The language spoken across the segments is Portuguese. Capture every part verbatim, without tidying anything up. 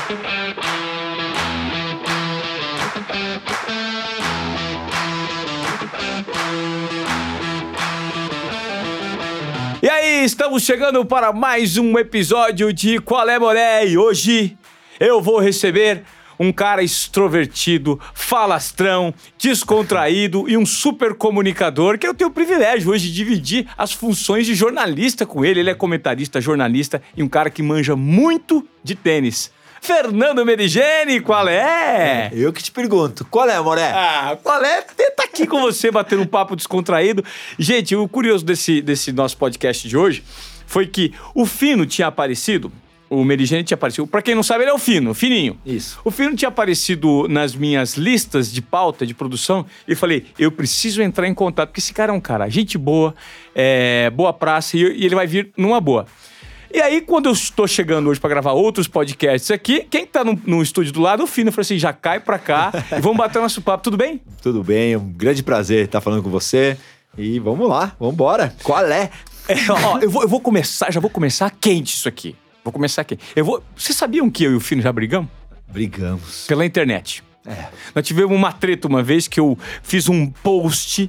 E aí, estamos chegando para mais um episódio de Qual é, Moré? E hoje eu vou receber um cara extrovertido, falastrão, descontraído e um super comunicador que eu tenho o privilégio hoje de dividir as funções de jornalista com ele. Ele é comentarista, jornalista e um cara que manja muito de tênis. Fernando Meligeni, qual é? Eu que te pergunto, qual é, Moré? Ah, qual é? Tá aqui com você, batendo um papo descontraído. Gente, o curioso desse, desse nosso podcast de hoje foi que o Fino tinha aparecido, o Meligeni tinha aparecido, pra quem não sabe, ele é o Fino, o Fininho. Isso. O Fino tinha aparecido nas minhas listas de pauta, de produção, e falei, eu preciso entrar em contato, porque esse cara é um cara, gente boa, é, boa praça, e, e ele vai vir numa boa. E aí, quando eu estou chegando hoje para gravar outros podcasts aqui, quem tá no, no estúdio do lado? O Fino. Eu falei assim, já cai pra cá e vamos bater o nosso papo, tudo bem? Tudo bem, é um grande prazer estar falando com você. E vamos lá, vamos embora. Qual é? é ó, eu, vou, eu vou começar, já vou começar quente isso aqui. Vou começar quente. Eu vou... Vocês sabiam que eu e o Fino já brigamos? Brigamos. Pela internet. É. Nós tivemos uma treta uma vez que eu fiz um post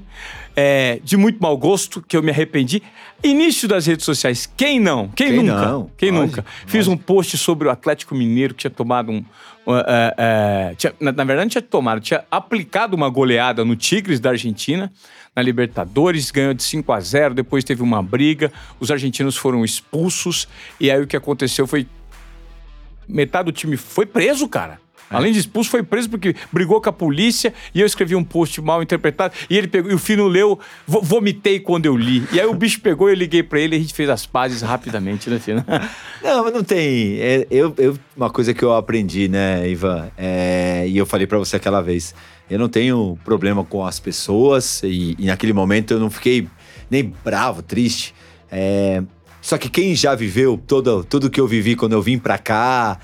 é, de muito mau gosto, que eu me arrependi. Início das redes sociais, quem não? Quem, Quem nunca? não? Quem Lógico, nunca? lógico. Fiz um post sobre o Atlético Mineiro que tinha tomado um... Uh, uh, uh, tinha, na, na verdade, não tinha tomado, tinha aplicado uma goleada no Tigres da Argentina, na Libertadores, ganhou de cinco a zero, depois teve uma briga, os argentinos foram expulsos, e aí o que aconteceu foi... Metade do time foi preso, cara. É. Além de expulso, foi preso porque brigou com a polícia e eu escrevi um post mal interpretado e ele pegou, e o Fino leu, vomitei quando eu li. E aí o bicho pegou, eu liguei pra ele e a gente fez as pazes rapidamente, né, Fino? Não, mas não tem. É, eu, eu, uma coisa que eu aprendi, né, Ivan, é, e eu falei pra você aquela vez, eu não tenho problema com as pessoas e, e naquele momento eu não fiquei nem bravo, triste. É, só que quem já viveu todo, tudo que eu vivi quando eu vim pra cá,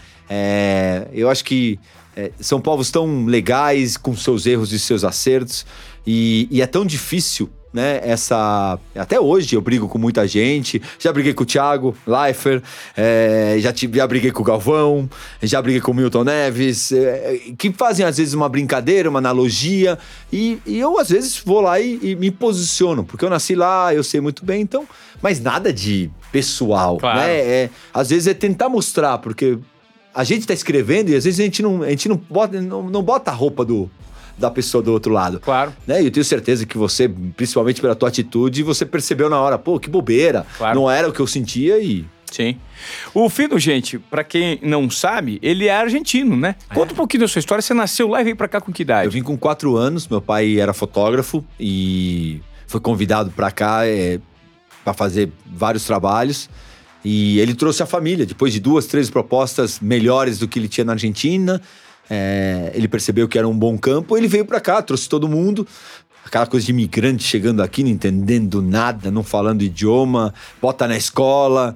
é, eu acho que é, são povos tão legais, com seus erros e seus acertos, e, e é tão difícil, né, essa... Até hoje eu brigo com muita gente, já briguei com o Thiago Leifert, é, já, tive, já briguei com o Galvão, já briguei com o Milton Neves, é, que fazem às vezes uma brincadeira, uma analogia, e, e eu às vezes vou lá e, e me posiciono, porque eu nasci lá, eu sei muito bem, então... Mas nada de pessoal, claro. Né? É, às vezes é tentar mostrar, porque... A gente tá escrevendo e às vezes a gente não, a gente não, bota, não, não bota a roupa do, da pessoa do outro lado. Claro. Né? E eu tenho certeza que você, principalmente pela tua atitude, você percebeu na hora, pô, que bobeira. Claro. Não era o que eu sentia e... Sim. O Fino, gente, pra quem não sabe, ele é argentino, né? É. Conta um pouquinho da sua história. Você nasceu lá e veio pra cá com que idade? Eu vim com quatro anos, meu pai era fotógrafo e foi convidado pra cá é, pra fazer vários trabalhos. E ele trouxe a família, depois de duas, três propostas melhores do que ele tinha na Argentina. É, ele percebeu que era um bom campo, ele veio pra cá, trouxe todo mundo. Aquela coisa de imigrante chegando aqui, não entendendo nada, não falando idioma, bota na escola.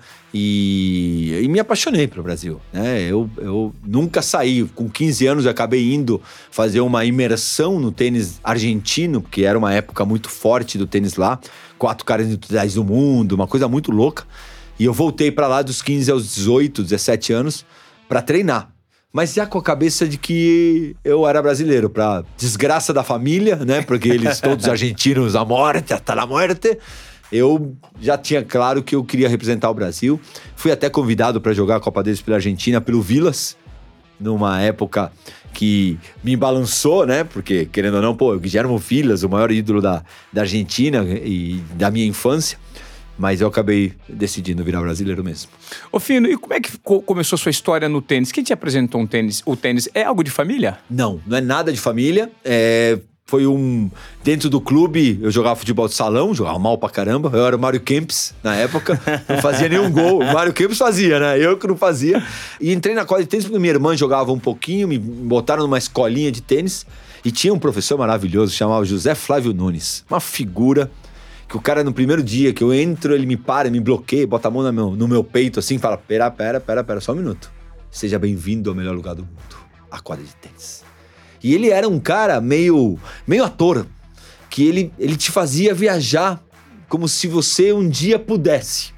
E, e me apaixonei pelo Brasil, né? Eu, eu nunca saí, com quinze anos eu acabei indo fazer uma imersão no tênis argentino, porque era uma época muito forte do tênis lá. Quatro caras individuais do mundo, uma coisa muito louca. E eu voltei pra lá dos quinze aos dezoito, dezessete anos pra treinar. Mas já com a cabeça de que eu era brasileiro, pra desgraça da família, né? Porque eles todos argentinos, a morte, até a morte. Eu já tinha claro que eu queria representar o Brasil. Fui até convidado pra jogar a Copa deles pela Argentina, pelo Vilas, numa época que me balançou, né? Porque, querendo ou não, pô, o Guilherme Vilas, o maior ídolo da, da Argentina e da minha infância. Mas eu acabei decidindo virar brasileiro mesmo. Ô Fino, e como é que co- começou a sua história no tênis? Quem te apresentou um tênis? O tênis é algo de família? Não, não é nada de família. É, foi um... Dentro do clube, eu jogava futebol de salão, jogava mal pra caramba. Eu era o Mário Kempis, na época. Não fazia nenhum gol. O Mário Kempis fazia, né? Eu que não fazia. E entrei na quadra de tênis porque minha irmã jogava um pouquinho, me botaram numa escolinha de tênis. E tinha um professor maravilhoso, chamava José Flávio Nunes. Uma figura... Que o cara, no primeiro dia que eu entro, ele me para, me bloqueia, bota a mão no meu, no meu peito assim, fala, pera, pera, pera, pera, só um minuto. Seja bem-vindo ao melhor lugar do mundo, a quadra de tênis. E ele era um cara meio, meio ator, que ele, ele te fazia viajar como se você um dia pudesse.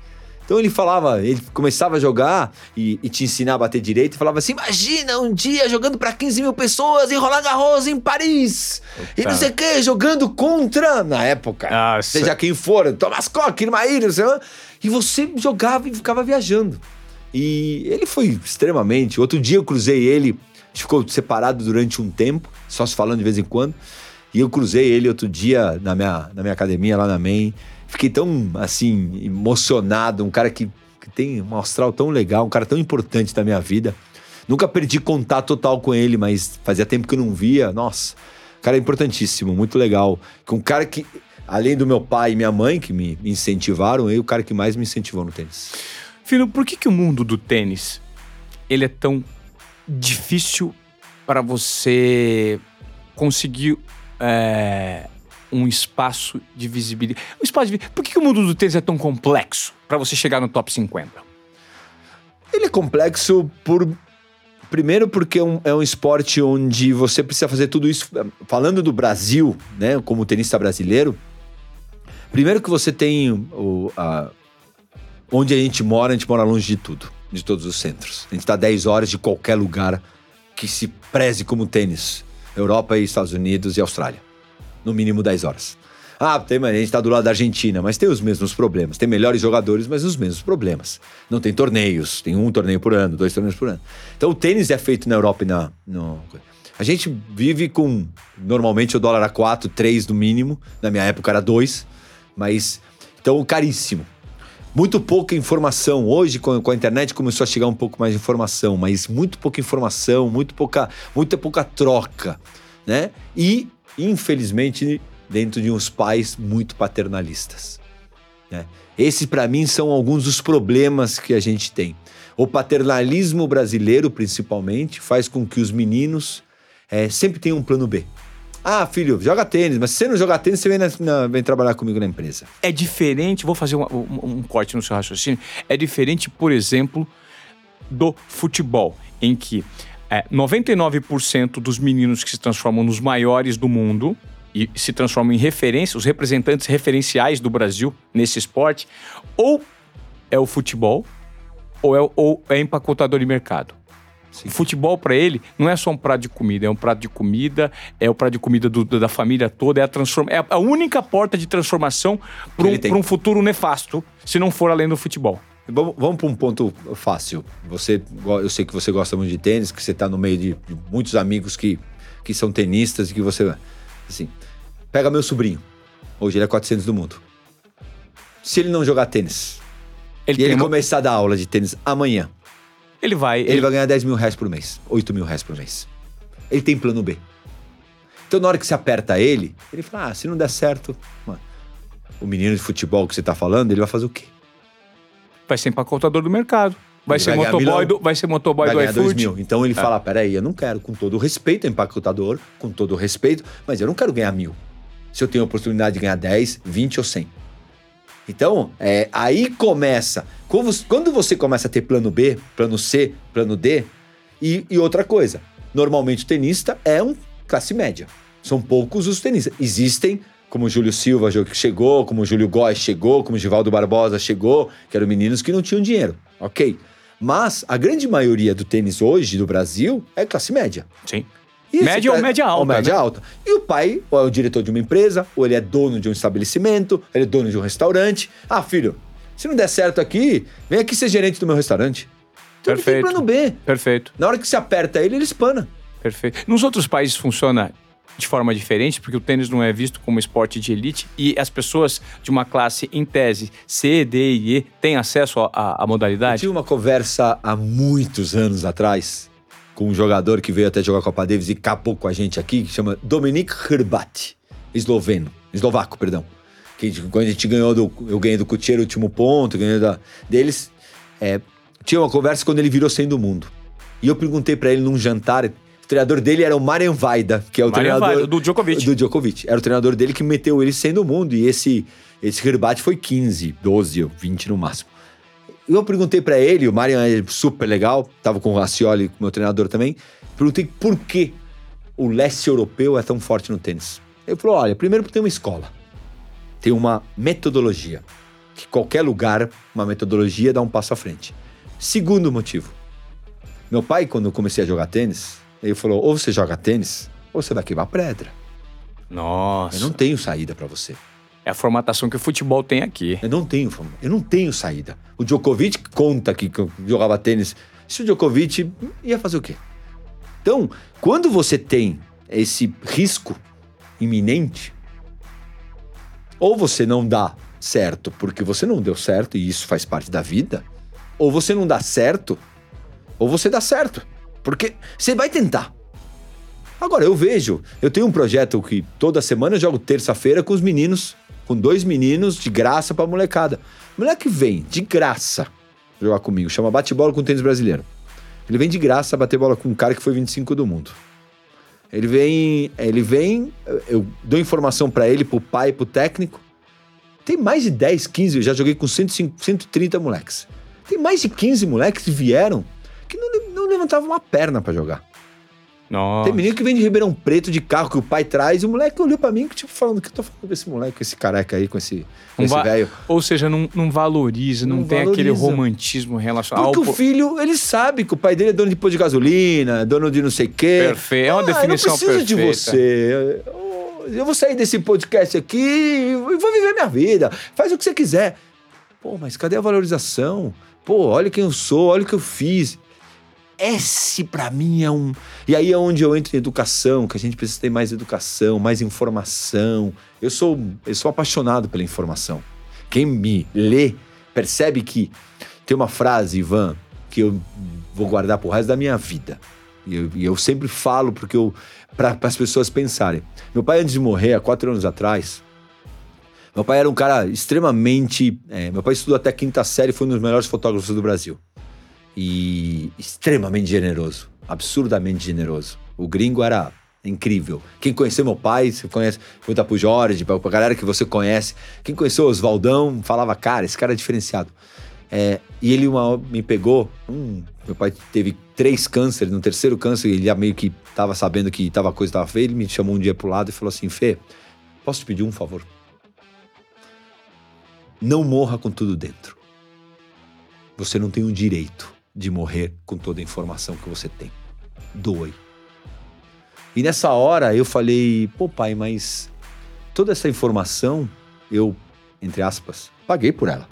Então ele falava, ele começava a jogar e, e te ensinar a bater direito e falava assim, imagina um dia jogando pra quinze mil pessoas em Roland Garros, em Paris. Opa. E não sei o que, jogando contra, na época, Nossa. seja quem for, Thomas Koch, Irmaí, não sei lá. E você jogava e ficava viajando. E ele foi extremamente... Outro dia eu cruzei ele, a gente ficou separado durante um tempo, só se falando de vez em quando. E eu cruzei ele outro dia na minha, na minha academia lá na Main. Fiquei tão, assim, emocionado. Um cara que, que tem um astral tão legal, um cara tão importante na minha vida. Nunca perdi contato total com ele, mas fazia tempo que eu não via. Nossa, o cara é importantíssimo, muito legal. Um cara que, além do meu pai e minha mãe, que me incentivaram, ele é o cara que mais me incentivou no tênis. Filho, por que, que o mundo do tênis ele é tão difícil para você conseguir... É... um espaço de visibilidade. Um espaço de... Por que, que o mundo do tênis é tão complexo para você chegar no top cinquenta? Ele é complexo por... Primeiro porque é um, é um esporte onde você precisa fazer tudo isso... Falando do Brasil, né, como tenista brasileiro, primeiro que você tem o... A... Onde a gente mora, a gente mora longe de tudo, de todos os centros. A gente está dez horas de qualquer lugar que se preze como tênis. Europa e Estados Unidos e Austrália. No mínimo dez horas. Ah, tem, a gente tá do lado da Argentina, mas tem os mesmos problemas. Tem melhores jogadores, mas os mesmos problemas. Não tem torneios, tem um torneio por ano, dois torneios por ano. Então o tênis é feito na Europa e na... No... A gente vive com, normalmente, o dólar a quatro, três no mínimo. Na minha época era dois, mas... Então, caríssimo. Muito pouca informação. Hoje, com a internet, começou a chegar um pouco mais de informação, mas muito pouca informação, muito pouca, muita pouca troca, né? E... infelizmente, dentro de uns pais muito paternalistas, né? Esses, para mim, são alguns dos problemas que a gente tem. O paternalismo brasileiro, principalmente, faz com que os meninos é, sempre tenham um plano B. Ah, filho, joga tênis, mas se você não jogar tênis, você vem, na, na, vem trabalhar comigo na empresa. É diferente, vou fazer um, um, um corte no seu raciocínio, é diferente, por exemplo, do futebol, em que É, noventa e nove por cento dos meninos que se transformam nos maiores do mundo e se transformam em referência, os representantes referenciais do Brasil nesse esporte, ou é o futebol, ou é, ou é empacotador de mercado. Sim. O futebol, para ele, não é só um prato de comida, é um prato de comida, é o prato de comida do, da família toda, é a, transforma, é a única porta de transformação para um, um futuro nefasto, se não for além do futebol. Vamos, vamos para um ponto fácil. Você, eu sei que você gosta muito de tênis, que você está no meio de, de muitos amigos que, que são tenistas e que você... Assim, pega meu sobrinho. Hoje ele é quatrocentos do mundo. Se ele não jogar tênis ele e ele uma... começar a dar aula de tênis amanhã, ele vai... Ele, ele vai ganhar dez mil reais por mês, oito mil reais por mês. Ele tem plano B. Então na hora que você aperta ele, ele fala, ah, se não der certo... Mano, o menino de futebol que você está falando, ele vai fazer o quê? Vai ser empacotador do mercado. Vai ser, vai, motoboy do, vai ser motoboy do iFood. Então ele é. fala, peraí, eu não quero, com todo o respeito, é empacotador, com todo o respeito, mas eu não quero ganhar mil. Se eu tenho a oportunidade de ganhar dez, vinte ou cem. Então, é, aí começa... Quando você começa a ter plano B, plano C, plano D, e, e outra coisa, normalmente o tenista é um classe média. São poucos os tenistas. Existem... como o Júlio Silva chegou, como o Júlio Góes chegou, como o Givaldo Barbosa chegou, que eram meninos que não tinham dinheiro, ok? Mas a grande maioria do tênis hoje do Brasil é classe média. Sim. E média ou média alta. Ou média né? alta. E o pai ou é o diretor de uma empresa, ou ele é dono de um estabelecimento, ele é dono de um restaurante. Ah, filho, se não der certo aqui, vem aqui ser gerente do meu restaurante. Então perfeito. Ele tem plano B. Perfeito. Na hora que você aperta ele, ele espana. Perfeito. Nos outros países funciona de forma diferente, porque o tênis não é visto como esporte de elite e as pessoas de uma classe, em tese, C, D e E, têm acesso à modalidade? Eu tive uma conversa há muitos anos atrás com um jogador que veio até jogar a Copa Davis e capou com a gente aqui, que chama Dominik Hrbat, esloveno, eslovaco, perdão. Que quando a gente ganhou, do, eu ganhei do Kutcher o último ponto, ganhei da, deles, é, tinha uma conversa quando ele virou cem do mundo. E eu perguntei pra ele num jantar... O treinador dele era o Marian Vaida, que é o Marian treinador... Vaida, do Djokovic. Do Djokovic. Era o treinador dele que meteu ele sendo o mundo. E esse, esse Hrbat foi quinze, doze, vinte no máximo. E eu perguntei pra ele, o Marian é super legal, tava com o Racioli, meu treinador também. Perguntei por que o leste europeu é tão forte no tênis. Ele falou, olha, primeiro porque tem uma escola. Tem uma metodologia. que qualquer lugar, uma metodologia dá um passo à frente. Segundo motivo. Meu pai, quando eu comecei a jogar tênis, ele falou, ou você joga tênis, ou você vai queimar pedra. Nossa. Eu não tenho saída pra você. É a formatação que o futebol tem aqui. Eu não tenho, eu não tenho saída. O Djokovic conta que eu jogava tênis. Se o Djokovic ia fazer o quê? Então, quando você tem esse risco iminente, ou você não dá certo porque você não deu certo, e isso faz parte da vida, ou você não dá certo, ou você dá certo. Porque você vai tentar. Agora, eu vejo, eu tenho um projeto que toda semana eu jogo terça-feira com os meninos, com dois meninos de graça pra molecada. O moleque vem de graça jogar comigo, chama bate-bola com tênis brasileiro. Ele vem de graça bater bola com um cara que foi vinte e cinco do mundo. Ele vem, ele vem, eu dou informação pra ele, pro pai, pro técnico. Tem mais de dez, quinze, eu já joguei com cento e cinco, cento e trinta moleques. Tem mais de quinze moleques que vieram que não, não levantavam uma perna pra jogar. Nossa. Tem menino que vem de Ribeirão Preto de carro que o pai traz, e o moleque olhou pra mim, tipo, falando, o que eu tô falando com esse moleque, com esse careca aí, com esse, com esse velho. Ou seja, não, não valoriza, não, não tem valoriza. Aquele romantismo relacionado. Porque ao... o filho, ele sabe que o pai dele é dono de posto de gasolina, dono de não sei o quê. Perfeito, é uma ah, definição eu não preciso perfeita. de você. Eu vou sair desse podcast aqui e vou viver minha vida. Faz o que você quiser. Pô, mas cadê a valorização? Pô, olha quem eu sou, olha o que eu fiz. Esse, pra mim, é um... E aí é onde eu entro em educação, que a gente precisa ter mais educação, mais informação. Eu sou, eu sou apaixonado pela informação. Quem me lê percebe que tem uma frase, Ivan, que eu vou guardar pro resto da minha vida. E eu, e eu sempre falo porque eu... para as pessoas pensarem. Meu pai, antes de morrer, há quatro anos atrás, meu pai era um cara extremamente... É, meu pai estudou até a quinta série e foi um dos melhores fotógrafos do Brasil. E extremamente generoso, absurdamente generoso. O gringo era incrível. Quem conheceu meu pai, você conhece, pergunta pro Jorge, pra, pra galera que você conhece. Quem conheceu o Oswaldão, falava, cara, esse cara é diferenciado. É, e ele uma, me pegou, hum, meu pai teve três cânceres, no terceiro câncer, ele já meio que tava sabendo que tava, a coisa tava feia, ele me chamou um dia pro lado e falou assim, Fê, posso te pedir um favor? Não morra com tudo dentro. Você não tem o direito de morrer com toda a informação que você tem. Doe. E nessa hora eu falei, pô pai, mas toda essa informação, eu, entre aspas, paguei por ela.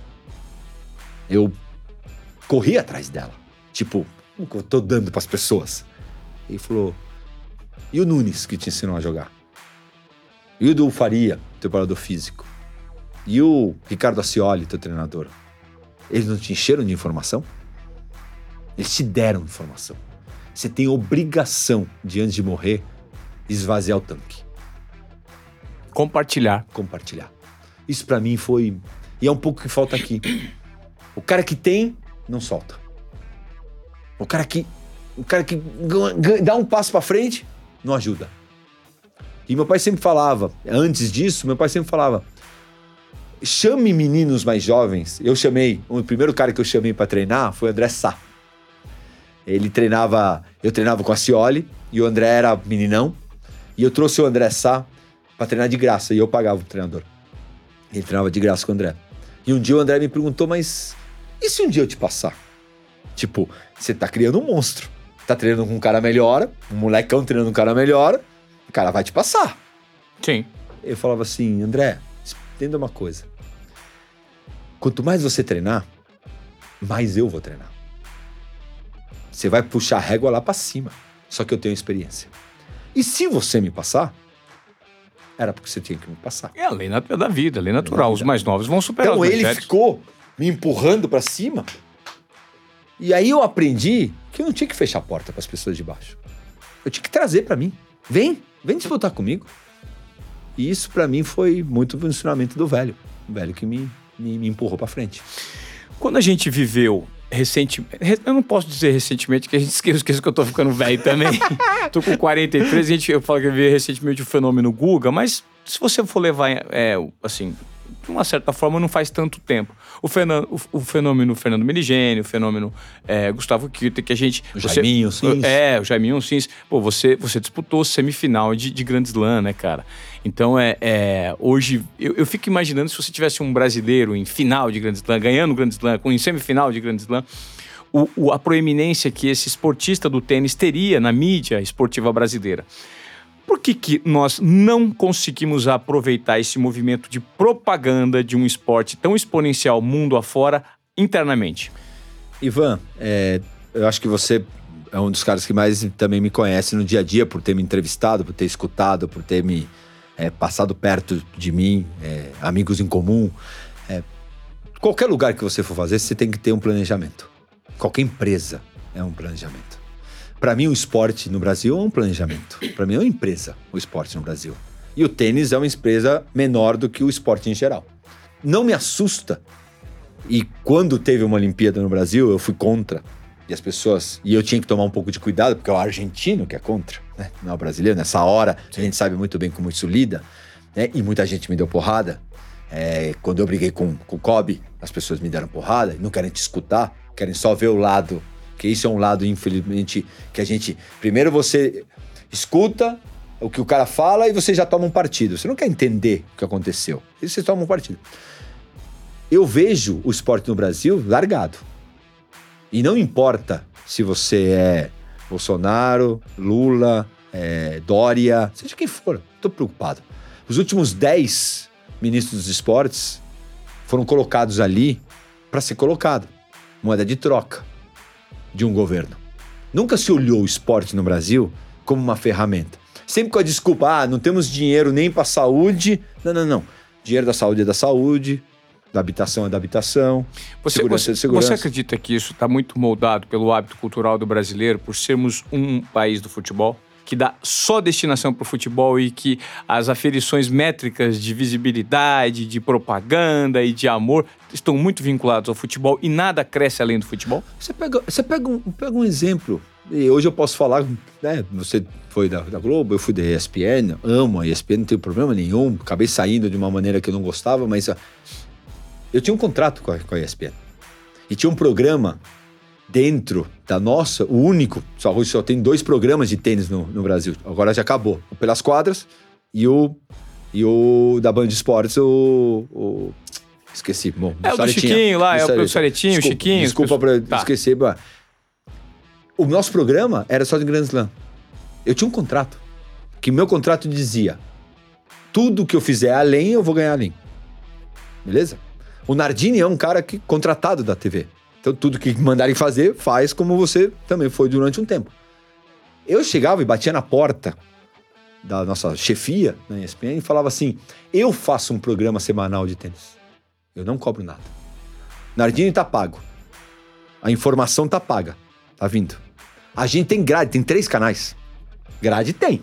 Eu corri atrás dela. Tipo, como que eu tô dando pras pessoas? Ele falou, e o Nunes que te ensinou a jogar? E o do Faria, teu preparador físico? E o Ricardo Ascioli, teu treinador? Eles não te encheram de informação? Eles te deram informação. Você tem obrigação de, antes de morrer, esvaziar o tanque. Compartilhar. Compartilhar. Isso pra mim foi... E é um pouco que falta aqui. O cara que tem, não solta. O cara que... O cara que dá um passo pra frente, não ajuda. E meu pai sempre falava, antes disso, meu pai sempre falava, chame meninos mais jovens. Eu chamei, o primeiro cara que eu chamei pra treinar foi o André Sá. Ele treinava, eu treinava com a Ascioli e o André era meninão. E eu trouxe o André Sá pra treinar de graça e eu pagava o treinador. Ele treinava de graça com o André. E um dia o André me perguntou, mas e se um dia eu te passar? Tipo, você tá criando um monstro. Tá treinando com um cara melhor, um molecão treinando com um cara melhor, o cara vai te passar. Sim. Eu falava assim, André, entenda uma coisa. Quanto mais você treinar, mais eu vou treinar. Você vai puxar a régua lá pra cima. Só que eu tenho experiência. E se você me passar, era porque você tinha que me passar. É a lei da vida, a lei natural. Os mais novos vão superar os Então mais ele velhos. ficou me empurrando pra cima. E aí eu aprendi que eu não tinha que fechar a porta pras pessoas de baixo. Eu tinha que trazer pra mim. Vem, vem disputar comigo. E isso pra mim foi muito o ensinamento do velho. O velho que me, me, me empurrou pra frente. Quando a gente viveu recentemente... Eu não posso dizer recentemente, que a gente esquece, esquece que eu tô ficando velho também. Tô com quarenta e três, a gente, eu falo que eu vi recentemente o fenômeno Guga, mas se você for levar, é, assim, de uma certa forma, não faz tanto tempo. O, Fernan, o, o fenômeno Fernando Meligeni, o fenômeno é, Gustavo Kuerten, que a gente... O você, Jaiminho Sims. É, o Jaiminho Sims. Pô, você, você disputou semifinal de, de Grand Slam, né, cara? Então, é, é, hoje, eu, eu fico imaginando se você tivesse um brasileiro em final de Grand Slam, ganhando Grand Slam, com em semifinal de Grand Slam, o, o, a proeminência que esse esportista do tênis teria na mídia esportiva brasileira. Por que que nós não conseguimos aproveitar esse movimento de propaganda de um esporte tão exponencial mundo afora internamente? Ivan, é, eu acho que você é um dos caras que mais também me conhece no dia a dia, por ter me entrevistado, por ter escutado, por ter me é, passado perto de mim, é, amigos em comum. É, qualquer lugar que você for fazer, você tem que ter um planejamento. Qualquer empresa é um planejamento. Para mim, o esporte no Brasil é um planejamento. Para mim, é uma empresa, o esporte no Brasil. E o tênis é uma empresa menor do que o esporte em geral. Não me assusta. E quando teve uma Olimpíada no Brasil, eu fui contra. E as pessoas... E eu tinha que tomar um pouco de cuidado, porque é o argentino que é contra, né? Não é o brasileiro. Nessa hora, a gente sabe muito bem como isso lida, né? E muita gente me deu porrada. É, quando eu briguei com, com o Kobe, as pessoas me deram porrada. Não querem te escutar, querem só ver o lado... Porque isso é um lado, infelizmente, que a gente... Primeiro você escuta o que o cara fala e você já toma um partido. Você não quer entender o que aconteceu. E você toma um partido. Eu vejo o esporte no Brasil largado. E não importa se você é Bolsonaro, Lula, é, Dória, seja quem for, estou preocupado. Os últimos dez ministros dos esportes foram colocados ali para ser colocado. Moeda de troca de um governo. Nunca se olhou o esporte no Brasil como uma ferramenta. Sempre com a desculpa, ah, não temos dinheiro nem para saúde. Não, não, não. Dinheiro da saúde é da saúde, da habitação é da habitação, você, segurança você, é da segurança. Você acredita que isso está muito moldado pelo hábito cultural do brasileiro, por sermos um país do futebol? Que dá só destinação para o futebol e que as aferições métricas de visibilidade, de propaganda e de amor estão muito vinculados ao futebol e nada cresce além do futebol? Você pega, você pega, um, pega um exemplo, e hoje eu posso falar, né, você foi da, da Globo, eu fui da E S P N, amo a E S P N, não tenho problema nenhum, acabei saindo de uma maneira que eu não gostava, mas uh, eu tinha um contrato com a, com a E S P N e tinha um programa dentro da nossa, o único, só, só tem dois programas de tênis no, no Brasil, agora já acabou, o Pelas Quadras e o, e o da Band Esportes, o, o esqueci, bom, é o do Chiquinho lá, é o professor Saretinho, o Chiquinho. Desculpa pra tá. esquecer, mas o nosso programa era só de Grand Slam. Eu tinha um contrato, que meu contrato dizia, tudo que eu fizer além, eu vou ganhar além. Beleza? O Nardini é um cara que, contratado da T V. Então, tudo que mandarem fazer, faz como você também foi durante um tempo. Eu chegava e batia na porta da nossa chefia na E S P N e falava assim, eu faço um programa semanal de tênis. Eu não cobro nada. Nardini tá pago. A informação tá paga. Tá vindo. A gente tem grade, tem três canais. Grade tem.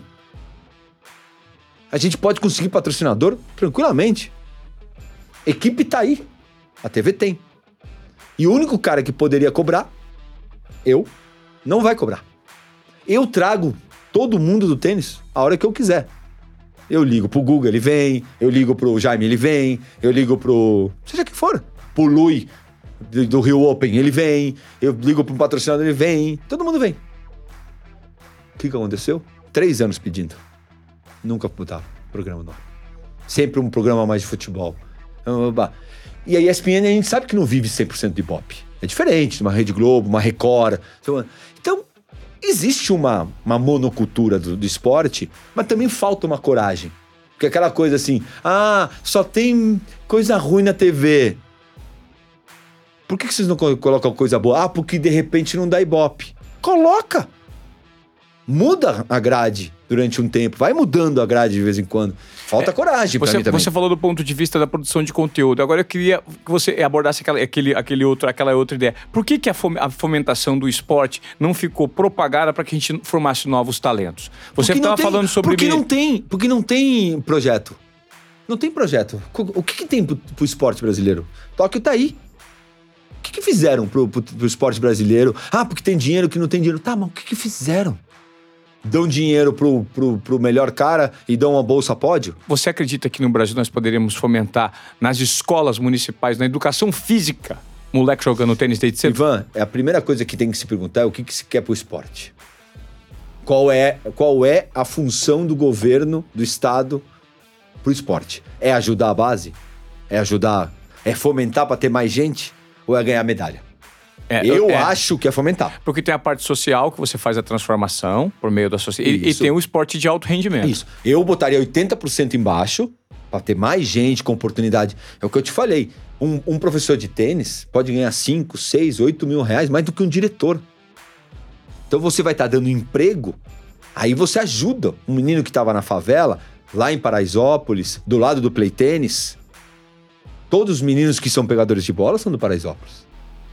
A gente pode conseguir patrocinador tranquilamente. Equipe tá aí. A T V tem. E o único cara que poderia cobrar, eu, não vai cobrar. Eu trago todo mundo do tênis a hora que eu quiser. Eu ligo pro Guga, ele vem. Eu ligo pro Jaime, ele vem. Eu ligo pro... seja quem for. Pro Lui, do, do Rio Open, ele vem. Eu ligo pro patrocinador, ele vem. Todo mundo vem. O que que aconteceu? Três anos pedindo. Nunca mudava programa novo. Sempre um programa mais de futebol. E a E S P N a gente sabe que não vive cem por cento de Ibope. É diferente de uma Rede Globo, uma Record. Então, existe uma, uma monocultura do, do esporte, mas também falta uma coragem. Porque aquela coisa assim, ah, só tem coisa ruim na T V. Por que, que vocês não colocam coisa boa? Ah, porque de repente não dá Ibope. Coloca! Muda a grade durante um tempo. Vai mudando a grade de vez em quando. Falta é, coragem pra você, mim também. Você falou do ponto de vista da produção de conteúdo. Agora eu queria que você abordasse aquela, aquele, aquele outro, aquela outra ideia. Por que, que a fomentação do esporte não ficou propagada para que a gente formasse novos talentos? Você estava falando sobre... Porque não tem, porque não tem projeto. Não tem projeto. O que, que tem pro, pro esporte brasileiro? Tóquio tá aí. O que, que fizeram pro, pro, pro esporte brasileiro? Ah, porque tem dinheiro, que não tem dinheiro. Tá, mas o que, que fizeram? dão dinheiro pro, pro, pro melhor cara e dão uma bolsa pódio? Você acredita que no Brasil nós poderíamos fomentar nas escolas municipais, na educação física, moleque jogando tênis desde cedo? Ivan, a primeira coisa que tem que se perguntar é o que, que se quer pro esporte. Qual é, qual é a função do governo, do Estado pro esporte? É ajudar a base? É ajudar... É fomentar para ter mais gente? Ou é ganhar medalha? É, eu é, acho que é fomentar. Porque tem a parte social, que você faz a transformação por meio da sociedade. E, e tem o esporte de alto rendimento. Isso. Eu botaria oitenta por cento embaixo para ter mais gente com oportunidade. É o que eu te falei. Um, um professor de tênis pode ganhar cinco, seis, oito mil reais mais do que um diretor. Então você vai estar dando emprego, aí você ajuda um menino que estava na favela, lá em Paraisópolis, do lado do play tênis. Todos os meninos que são pegadores de bola são do Paraisópolis.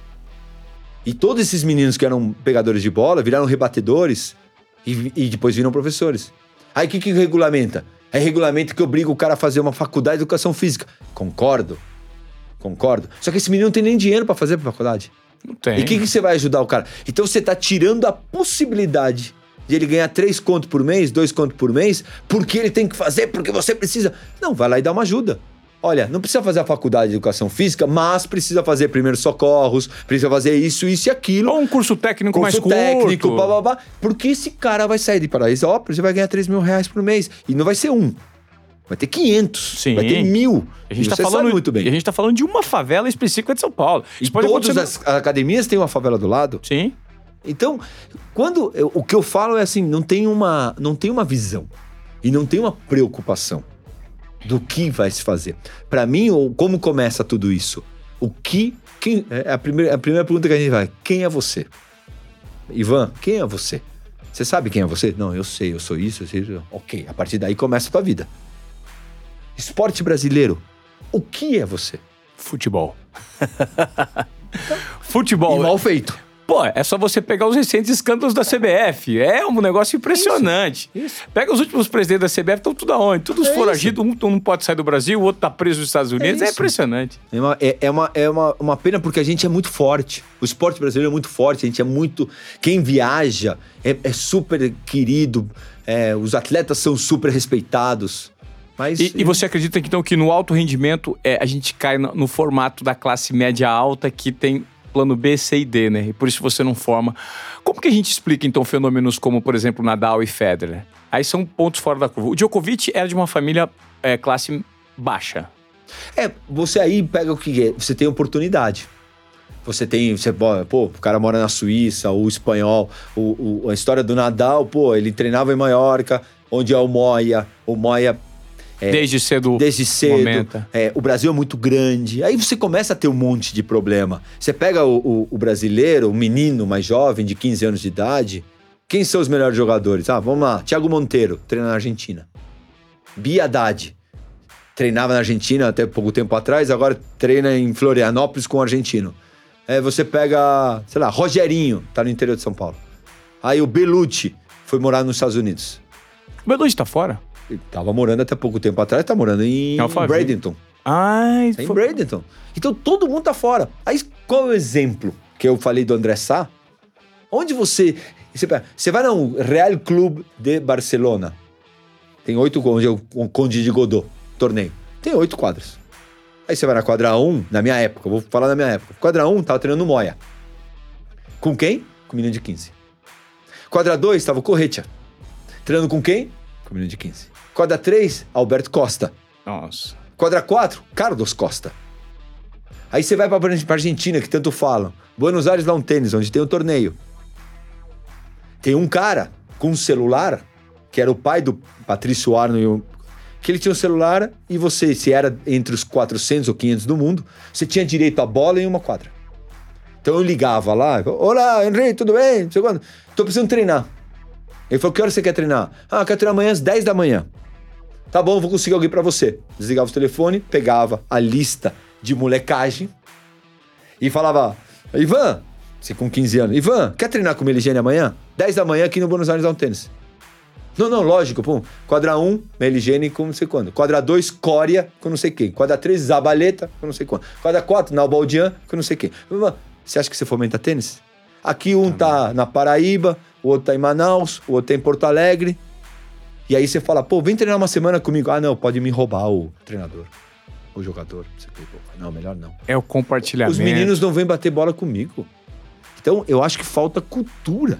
E todos esses meninos que eram pegadores de bola viraram rebatedores e, e depois viram professores. Aí o que, que regulamenta? É regulamento que obriga o cara a fazer uma faculdade de educação física. Concordo. Concordo. Só que esse menino não tem nem dinheiro para fazer pra faculdade. Não tem. E o que, que você vai ajudar o cara? Então você tá tirando a possibilidade de ele ganhar três contos por mês, dois contos por mês, porque ele tem que fazer, porque você precisa. Não, vai lá e dá uma ajuda. Olha, não precisa fazer a faculdade de educação física, mas precisa fazer primeiros socorros, precisa fazer isso, isso e aquilo. Ou um curso técnico curso mais curto. técnico, blá, blá, blá. Porque esse cara vai sair de Paraisópolis e vai ganhar três mil reais por mês. E não vai ser um. Vai ter quinhentos. Sim. Vai ter mil. A gente e tá você falando sabe muito bem. E a gente tá falando de uma favela específica de São Paulo. E todas as academias têm uma favela do lado. Sim. Então, quando eu, o que eu falo é assim, não tem uma, não tem uma visão e não tem uma preocupação do que vai se fazer. Para mim, como começa tudo isso? O que, quem, é a primeira, a primeira pergunta que a gente vai, quem é você? Ivan, quem é você? Você sabe quem é você? Não, eu sei, eu sou isso, eu sei isso. Ok, a partir daí começa a tua vida. Esporte brasileiro, o que é você? Futebol. Futebol. E mal feito. Pô, é só você pegar os recentes escândalos da C B F. É um negócio impressionante. Isso, isso. Pega os últimos presidentes da C B F, estão tudo aonde? Todos É foragidos, um não pode sair do Brasil, o outro tá preso nos Estados Unidos. É, É é isso. impressionante. É, uma, é, é, uma, é uma, uma pena porque a gente é muito forte. O esporte brasileiro é muito forte, a gente é muito... Quem viaja é, é super querido, é, os atletas são super respeitados. Mas, E, e você acredita que, então, que no alto rendimento é, a gente cai no, no formato da classe média alta que tem plano B, C e D, né? E por isso você não forma. Como que a gente explica, então, fenômenos como, por exemplo, Nadal e Federer? Aí são pontos fora da curva. O Djokovic era de uma família é, classe baixa. É, você aí pega o que é, você tem oportunidade. Você tem, você, pô, o cara mora na Suíça, o espanhol, o, o, a história do Nadal, pô, ele treinava em Maiorca, onde é o Moia, o Moia... É, desde cedo. Desde cedo. É, o Brasil é muito grande. Aí você começa a ter um monte de problema. Você pega o, o, o brasileiro, o menino mais jovem, de quinze anos de idade. Quem são os melhores jogadores? Ah, vamos lá. Thiago Monteiro, treina na Argentina. Bia Haddad, treinava na Argentina até pouco tempo atrás, agora treina em Florianópolis com o argentino. É, você pega, sei lá, Rogerinho, tá no interior de São Paulo. Aí o Belucci foi morar nos Estados Unidos. O Belucci tá fora? Ele tava morando até pouco tempo atrás, tá morando em Bradenton. Ai, tá em foi... Bradenton. Então todo mundo tá fora. Aí qual é o exemplo que eu falei do André Sá? Onde você... Você, você vai no Real Clube de Barcelona. Tem oito... Onde é o Conde de Godot, torneio. Tem oito quadras. Aí você vai na quadra um, na minha época, eu vou falar na minha época. Quadra um, tava treinando no Moia. Com quem? Com o menino de quinze. Quadra dois, tava o Corretia. Treinando com quem? Com o menino de quinze. Quadra três, Alberto Costa. Nossa. Quadra quatro, Carlos Costa. Aí você vai pra, pra Argentina, que tanto falam. Buenos Aires Lawn Tênis, onde tem o torneio. Tem um cara com um celular, que era o pai do Patrício Arno, que ele tinha um celular e você, se era entre os quatrocentos ou quinhentos do mundo, você tinha direito a bola em uma quadra. Então eu ligava lá, olá, Henrique, tudo bem? Tô precisando treinar. Ele falou, que hora você quer treinar? Ah, eu quero treinar amanhã às dez da manhã. Tá bom, vou conseguir alguém pra você. Desligava o telefone, pegava a lista de molecagem e falava, Ivan, você com quinze anos, Ivan, quer treinar com o Meligene amanhã? dez da manhã aqui no Buenos Aires Lawn Tênis. Não, não, lógico, pum. Quadra um, Meligene com não sei quando. Quadra dois, Coria com não sei quem. Quadra três, Zabaleta com não sei quando. Quadra quatro, Nalbaldian com não sei quem. Você acha que você fomenta tênis? Aqui um tá na Paraíba, o outro tá em Manaus, o outro tá em Porto Alegre. E aí você fala, pô, vem treinar uma semana comigo. Ah, não, pode me roubar o treinador, o jogador. Você fala, não, melhor não. É o compartilhamento. Os meninos não vêm bater bola comigo. Então, eu acho que falta cultura.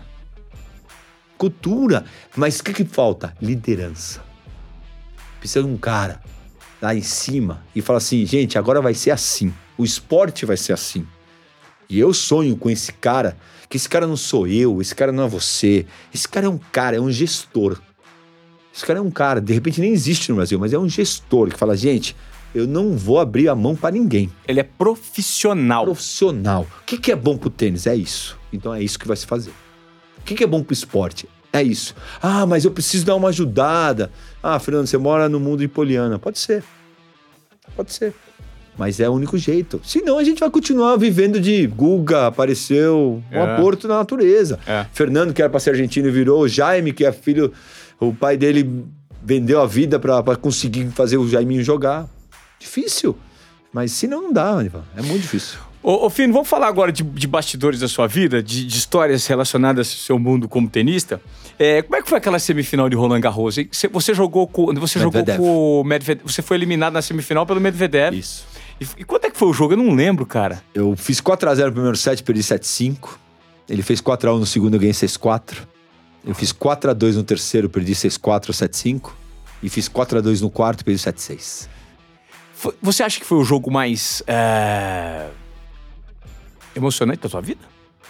Cultura. Mas o que que falta? Liderança. Precisa de um cara lá em cima e fala assim, gente, agora vai ser assim. O esporte vai ser assim. E eu sonho com esse cara, que esse cara não sou eu, esse cara não é você. Esse cara é um cara, é um gestor. Esse cara é um cara, de repente nem existe no Brasil, mas é um gestor que fala, gente, eu não vou abrir a mão pra ninguém. Ele é profissional. Profissional. O que que é bom pro tênis? É isso. Então é isso que vai se fazer. O que que é bom pro esporte? É isso. Ah, mas eu preciso dar uma ajudada. Ah, Fernando, você mora no mundo de Poliana. Pode ser. Pode ser. Mas é o único jeito. Senão a gente vai continuar vivendo de Guga, apareceu um é. aborto na natureza. É. Fernando, que era pra ser argentino, virou. Jaime, que é filho... O pai dele vendeu a vida pra, pra conseguir fazer o Jaiminho jogar. Difícil. Mas senão não dá, Ivan. É muito difícil. Ô, ô Fino, vamos falar agora de, de bastidores da sua vida, de, de histórias relacionadas ao seu mundo como tenista. É, como é que foi aquela semifinal de Roland Garros? Você, você jogou com... Você jogou com o Medvedev. Você foi eliminado na semifinal pelo Medvedev. Isso. E, e quanto é que foi o jogo? Eu não lembro, cara. Eu fiz quatro a zero no primeiro set, perdi sete a cinco. Ele fez quatro a um no segundo, eu ganhei seis a quatro. Eu fiz quatro a dois no terceiro, perdi seis a quatro, sete a cinco. E fiz quatro a dois no quarto, perdi sete a seis. Foi, você acha que foi o jogo mais é... emocionante da sua vida?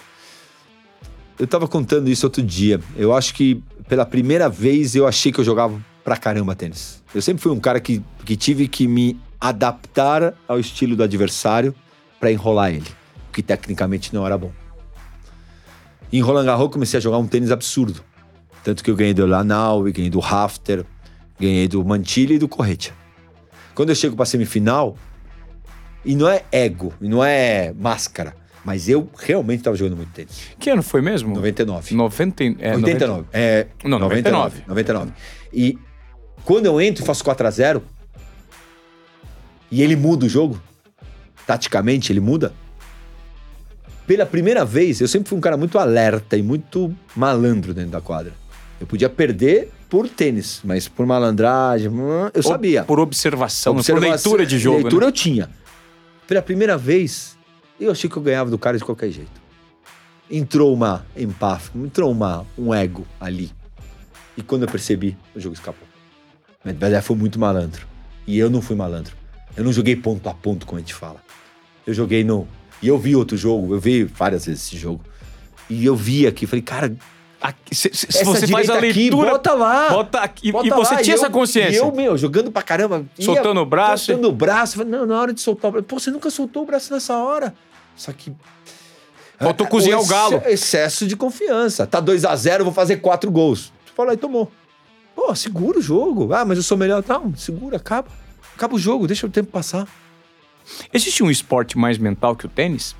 Eu tava contando isso outro dia. Eu acho que pela primeira vez eu achei que eu jogava pra caramba tênis. Eu sempre fui um cara que, que tive que me adaptar ao estilo do adversário pra enrolar ele, que tecnicamente não era bom. Em Roland Garros comecei a jogar um tênis absurdo. Tanto que eu ganhei do Lanal, ganhei do Rafter, ganhei do Mantilli e do Correia. Quando eu chego pra semifinal, e não é ego, e não é máscara, mas eu realmente tava jogando muito tênis. Que ano foi mesmo? noventa e nove. noventa, é, oitenta e nove. noventa... É, não, noventa e nove. noventa e nove. E quando eu entro e faço quatro a zero, e ele muda o jogo, taticamente ele muda, pela primeira vez, eu sempre fui um cara muito alerta e muito malandro dentro da quadra. Eu podia perder por tênis, mas por malandragem, eu sabia. Por observação, observação por leitura de jogo. Leitura né? eu tinha. Pela primeira vez, eu achei que eu ganhava do cara de qualquer jeito. Entrou uma empáfia, entrou uma, um ego ali. E quando eu percebi, o jogo escapou. Medvedev foi muito malandro. E eu não fui malandro. Eu não joguei ponto a ponto, como a gente fala. Eu joguei no... E eu vi outro jogo, eu vi várias vezes esse jogo. E eu vi aqui, falei, cara... Aqui, se, se, se você faz a leitura... Aqui, bota lá! Bota aqui, bota e você lá, tinha e essa eu, consciência? E eu, meu, jogando pra caramba. Soltando ia, o braço? Soltando o braço. Falei, não, na hora de soltar o braço... Pô, você nunca soltou o braço nessa hora. Só que... Faltou é, cozinhar o, o galo. Excesso de confiança. Tá dois a zero, eu vou fazer quatro gols. Tu falou, aí tomou. Pô, segura o jogo. Ah, mas eu sou melhor. Não, segura, acaba. Acaba o jogo, deixa o tempo passar. Existe um esporte mais mental que o tênis?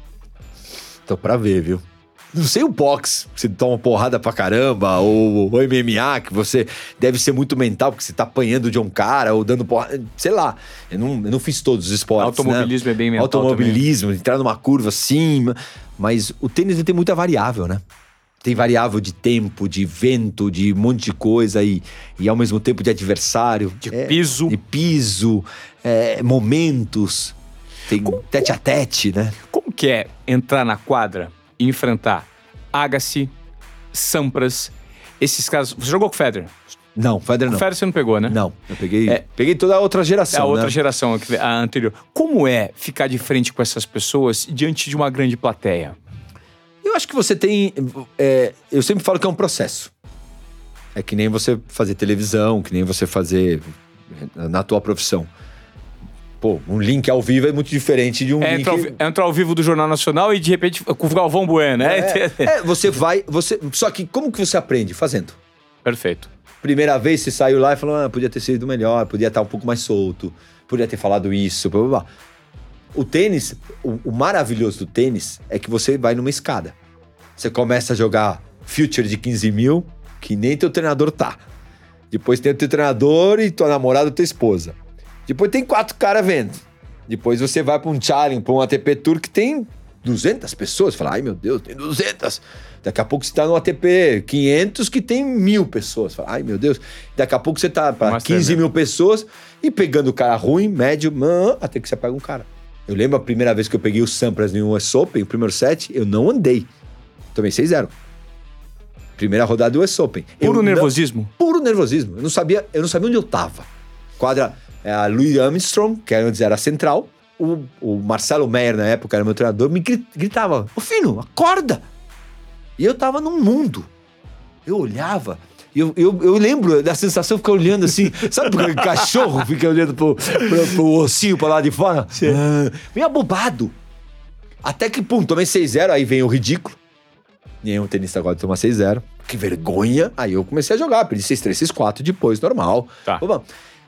Tô pra ver, viu? Não sei o boxe, que você toma porrada pra caramba, ou o M M A, que você deve ser muito mental, porque você tá apanhando de um cara, ou dando porrada, sei lá. Eu não, eu não fiz todos os esportes, Automobilismo né? é bem mental Automobilismo, também. Entrar numa curva assim, mas o tênis tem muita variável, né? Tem variável de tempo, de vento, de um monte de coisa, e, e ao mesmo tempo de adversário. De é, piso. De piso, é, momentos, tem como, tete a tete, né? Como que é entrar na quadra e enfrentar Agassi, Sampras, esses caras... Você jogou com o Federer? Não, Federer não. O Federer você não pegou, né? Não, eu peguei, é, peguei toda a outra geração, A outra né? geração, a anterior. Como é ficar de frente com essas pessoas diante de uma grande plateia? Eu acho que você tem... É, eu sempre falo que é um processo. É que nem você fazer televisão, que nem você fazer na tua profissão. Pô, um link ao vivo é muito diferente de um é link... Entrar ao, entrar ao vivo do Jornal Nacional e de repente com o Galvão Bueno, né? É, é, você vai... Você, só que como que você aprende? Fazendo. Perfeito. Primeira vez você saiu lá e falou, ah, podia ter sido melhor, podia estar um pouco mais solto, podia ter falado isso, blá, blá, blá. O tênis, o, o maravilhoso do tênis é que você vai numa escada. Você começa a jogar future de quinze mil, que nem teu treinador tá. Depois tem o teu treinador e tua namorada, tua esposa. Depois tem quatro caras vendo. Depois você vai pra um challenge, pra um A T P Tour que tem duzentas pessoas. Fala, ai meu Deus, tem duzentas. Daqui a pouco você tá no A T P quinhentos que tem mil pessoas. Fala, ai meu Deus. Daqui a pouco você tá para quinze mil pessoas e pegando o cara ruim, médio, man, até que você pega um cara. Eu lembro a primeira vez que eu peguei o Sampras no U S Open, o primeiro set, eu não andei. Tomei seis a zero. Primeira rodada do U S Open. Puro eu nervosismo? Não, puro nervosismo. Eu não sabia, eu não sabia onde eu tava. Quadra, é, a Louis Armstrong, que antes era central. O, o Marcelo Meyer, na época, era meu treinador, me gritava, ô Fino, acorda! E eu tava num mundo. Eu olhava, e eu, eu, eu lembro da sensação de ficar olhando assim, sabe porque o cachorro fica olhando pro, pro, pro ossinho pra lá de fora? Ah, meio abobado. Até que, pum, tomei seis a zero, aí vem o ridículo. Nenhum tenista agora toma seis a zero. Que vergonha. Aí eu comecei a jogar, perdi seis a três, seis a quatro, depois, normal. Tá. Opa.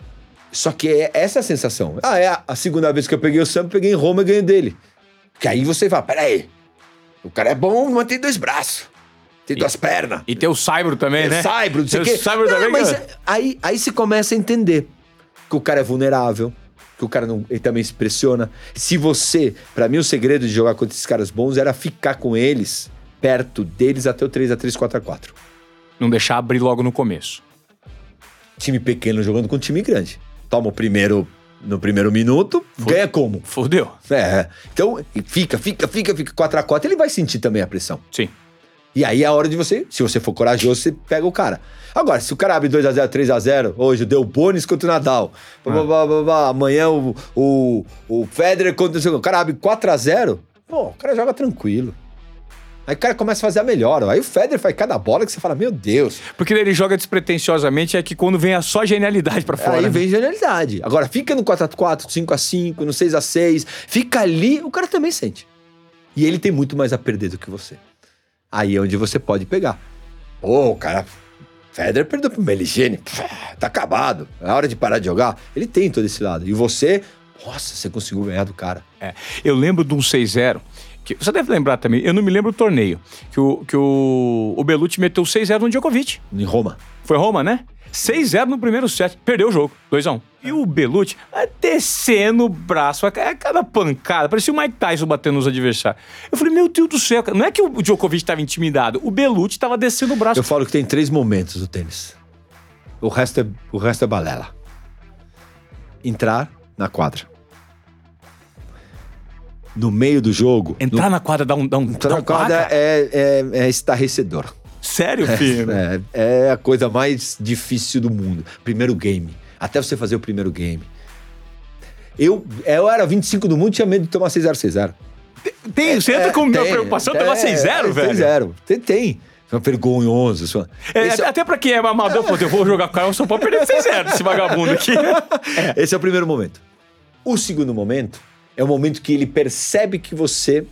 Só que é essa a sensação. Ah, é a segunda vez que eu peguei o Sam, peguei em Roma e ganhei dele. Que aí você fala, peraí, o cara é bom, mas tem dois braços, tem duas pernas. E tem o Saibro também, tem né? Saibro, não sei o quê. Saibro não, também, mas que... aí, aí você começa a entender que o cara é vulnerável, que o cara não, ele também se pressiona. Se você, pra mim o segredo de jogar contra esses caras bons era ficar com eles, perto deles até o três a três, quatro a quatro. Não deixar abrir logo no começo. Time pequeno jogando com time grande. Toma o primeiro no primeiro minuto, Fudeu. Ganha como? Fudeu. É. Então, fica, fica, fica, fica quatro a quatro, ele vai sentir também a pressão. Sim. E aí é a hora de você, se você for corajoso, você pega o cara. Agora, se o cara abre dois a zero, três a zero, hoje deu Bonis contra o Nadal, ah. blá, blá, blá, blá, amanhã o, o, o Federer contra o... O cara abre quatro a zero, pô, o cara joga tranquilo. Aí o cara começa a fazer a melhor. Aí o Federer faz cada bola que você fala, meu Deus. Porque ele joga despretensiosamente, é que quando vem a só genialidade pra fora. Aí né? vem genialidade. Agora, fica no quatro a quatro, cinco a cinco, no seis a seis, fica ali, o cara também sente. E ele tem muito mais a perder do que você. Aí é onde você pode pegar. Pô, o cara... Federer perdeu pro Meligeni. Tá acabado. É hora de parar de jogar. Ele tem todo esse lado. E você... Nossa, você conseguiu ganhar do cara. É. Eu lembro de um seis a zero... Que, você deve lembrar também, eu não me lembro do torneio, que o, que o, o Bellucci meteu seis a zero no Djokovic. Em Roma. Foi Roma, né? seis a zero no primeiro set, perdeu o jogo, dois a um. E o Bellucci descendo o braço, a cada pancada, parecia o Mike Tyson batendo nos adversários. Eu falei, meu Deus do céu, não é que o Djokovic estava intimidado, o Bellucci estava descendo o braço. Eu falo que tem três momentos no tênis. O resto é, o resto é balela. Entrar na quadra. No meio do jogo... Entrar no... na quadra dá um dá um, Entrar dá um na quadra é, é, é estarrecedor. Sério, filho? É, é, é a coisa mais difícil do mundo. Primeiro game. Até você fazer o primeiro game. Eu, eu era vinte e cinco do mundo e tinha medo de tomar seis a zero, seis a zero. Tem, você entra é, com minha preocupação, pegar seis a zero, velho? seis a zero. Tem, tem. Uma vergonhoso. Só. É, esse até é... pra quem é amador, pô, eu vou jogar com o Caio, eu só pode perder seis a zero esse vagabundo aqui. É. Esse é o primeiro momento. O segundo momento é o momento que ele percebe que você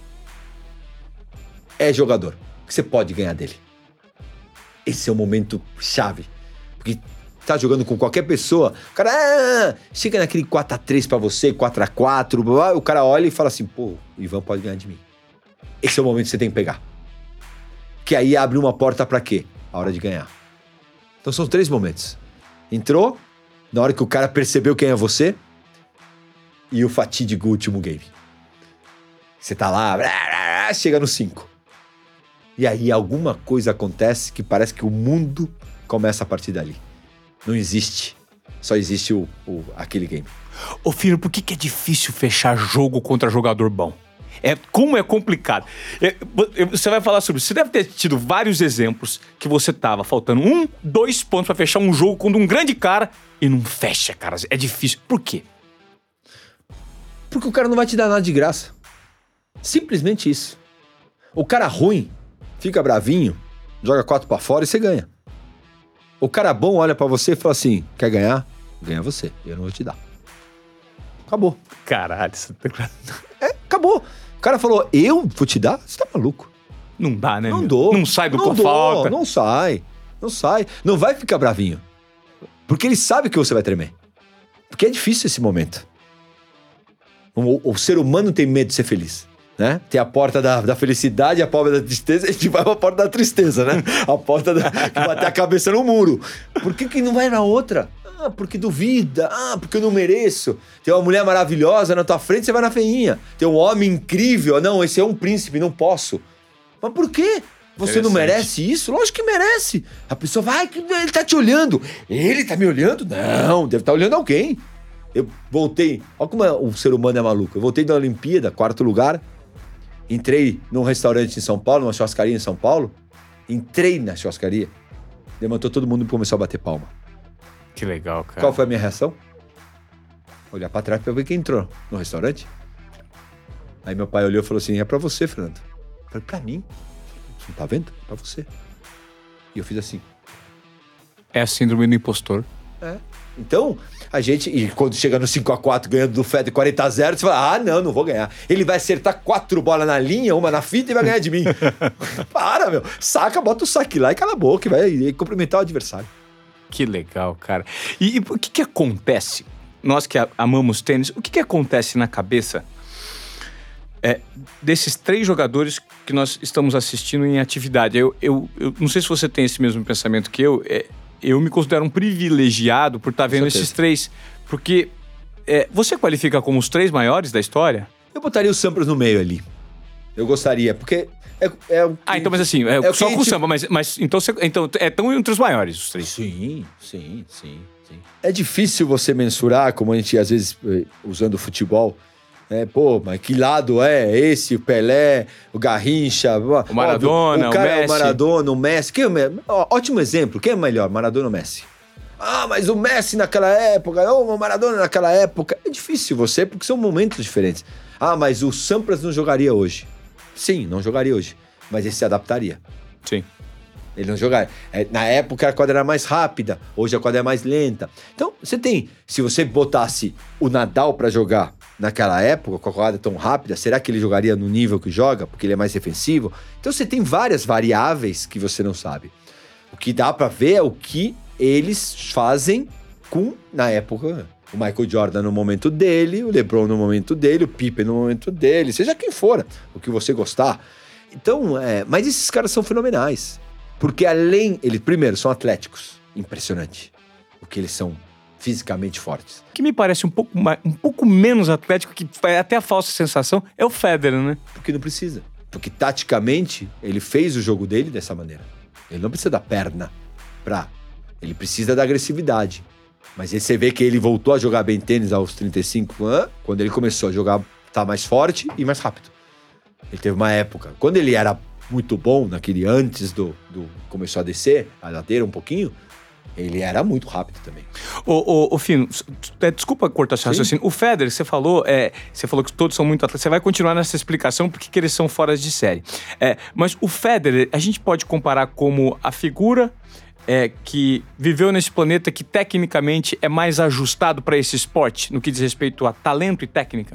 é jogador, que você pode ganhar dele. Esse é o momento chave. Porque tá jogando com qualquer pessoa, o cara ah, chega naquele quatro a três pra você, quatro a quatro, blá, blá, o cara olha e fala assim, pô, o Ivan pode ganhar de mim. Esse é o momento que você tem que pegar. Que aí abre uma porta pra quê? A hora de ganhar. Então são três momentos. Entrou, na hora que o cara percebeu quem é você, e o fatídico último game. Você tá lá, blá, blá, blá, chega no cinco. E aí alguma coisa acontece que parece que o mundo começa a partir dali. Não existe. Só existe o, o, aquele game. Ô filho, por que, que é difícil fechar jogo contra jogador bom? É, como é complicado. É, você vai falar sobre isso. Você deve ter tido vários exemplos que você tava faltando um, dois pontos pra fechar um jogo contra um grande cara e não fecha, cara. É difícil. Por quê? Porque o cara não vai te dar nada de graça. Simplesmente isso. O cara ruim fica bravinho, joga quatro pra fora e você ganha. O cara bom olha pra você e fala assim, quer ganhar? Ganha você, eu não vou te dar. Acabou. Caralho, isso... É, acabou. O cara falou, eu vou te dar? Você tá maluco. Não dá, né? Não meu? dou. Não sai do não tua falta. Não sai. Não sai. Não vai ficar bravinho. Porque ele sabe que você vai tremer. Porque é difícil esse momento. O, o ser humano tem medo de ser feliz, né? Tem a porta da, da felicidade e a porta da tristeza, a gente vai pra porta da tristeza, né? A porta da, que bater a cabeça no muro. Por que que não vai na outra? Ah, porque duvida. Ah, porque eu não mereço. Tem uma mulher maravilhosa na tua frente, você vai na feinha. Tem um homem incrível. Não, esse é um príncipe, não posso. Mas por quê? Você não merece isso? Lógico que merece. A pessoa vai, ele tá te olhando. Ele tá me olhando? Não, deve estar olhando alguém. Eu voltei, olha como é, o ser humano é maluco. Eu voltei da Olimpíada, quarto lugar. Entrei num restaurante em São Paulo, numa churrascaria em São Paulo. Entrei na churrascaria. Levantou todo mundo e começou a bater palma. Que legal, cara. Qual foi a minha reação? Olhar pra trás pra ver quem entrou no restaurante. Aí meu pai olhou e falou assim, é pra você, Fernando. Eu falei, pra mim? Você não tá vendo? É pra você. E eu fiz assim. É a síndrome do impostor. É. Então, a gente... E quando chega no cinco a quatro ganhando do Federer quarenta a zero, você fala, ah, não, não vou ganhar. Ele vai acertar quatro bolas na linha, uma na fita e vai ganhar de mim. Para, meu. Saca, bota o saque lá e cala a boca e vai cumprimentar o adversário. Que legal, cara. E, e o que que acontece? Nós que amamos tênis, o que que acontece na cabeça é, desses três jogadores que nós estamos assistindo em atividade? Eu, eu, eu não sei se você tem esse mesmo pensamento que eu... É, eu me considero um privilegiado por estar vendo esses três, porque é, você qualifica como os três maiores da história? Eu botaria o Sampras no meio ali. Eu gostaria, porque... É, é o que... Ah, então, mas assim, é, é só com o gente... Samba, mas, mas então, você, então é tão entre os maiores, os três. Sim, sim, sim, sim. É difícil você mensurar, como a gente às vezes, usando o futebol, é, pô, mas que lado é esse? O Pelé, o Garrincha, o Maradona, ó, o, cara, o Messi. O Maradona, o Messi. Quem é o, ó, ótimo exemplo. Quem é melhor, Maradona ou Messi? Ah, mas o Messi naquela época, ou o Maradona naquela época. É difícil você, porque são momentos diferentes. Ah, mas o Sampras não jogaria hoje. Sim, não jogaria hoje. Mas ele se adaptaria. Sim. Ele não jogaria. É, na época a quadra era mais rápida, hoje a quadra é mais lenta. Então, você tem... Se você botasse o Nadal pra jogar naquela época, com a quadra tão rápida, será que ele jogaria no nível que joga? Porque ele é mais defensivo? Então você tem várias variáveis que você não sabe. O que dá pra ver é o que eles fazem com, na época, o Michael Jordan no momento dele, o LeBron no momento dele, o Pippen no momento dele, seja quem for, o que você gostar. Então, é, mas esses caras são fenomenais. Porque além, eles primeiro, são atléticos. Impressionante. O que eles são fisicamente fortes. O que me parece um pouco, mais, um pouco menos atlético, que é até a falsa sensação, é o Federer, né? Porque não precisa. Porque taticamente, ele fez o jogo dele dessa maneira. Ele não precisa da perna pra... Ele precisa da agressividade. Mas aí você vê que ele voltou a jogar bem tênis aos trinta e cinco anos, quando ele começou a jogar, tá mais forte e mais rápido. Ele teve uma época... Quando ele era muito bom, naquele antes do... do começou a descer, a ladeira um pouquinho... Ele era muito rápido também. Ô, ô, ô Fino, desculpa cortar esse raciocínio. O Federer, você falou, é, você falou que todos são muito atletas. Você vai continuar nessa explicação porque que eles são fora de série. É, mas o Federer, a gente pode comparar como a figura é, que viveu nesse planeta que tecnicamente é mais ajustado para esse esporte, no que diz respeito a talento e técnica?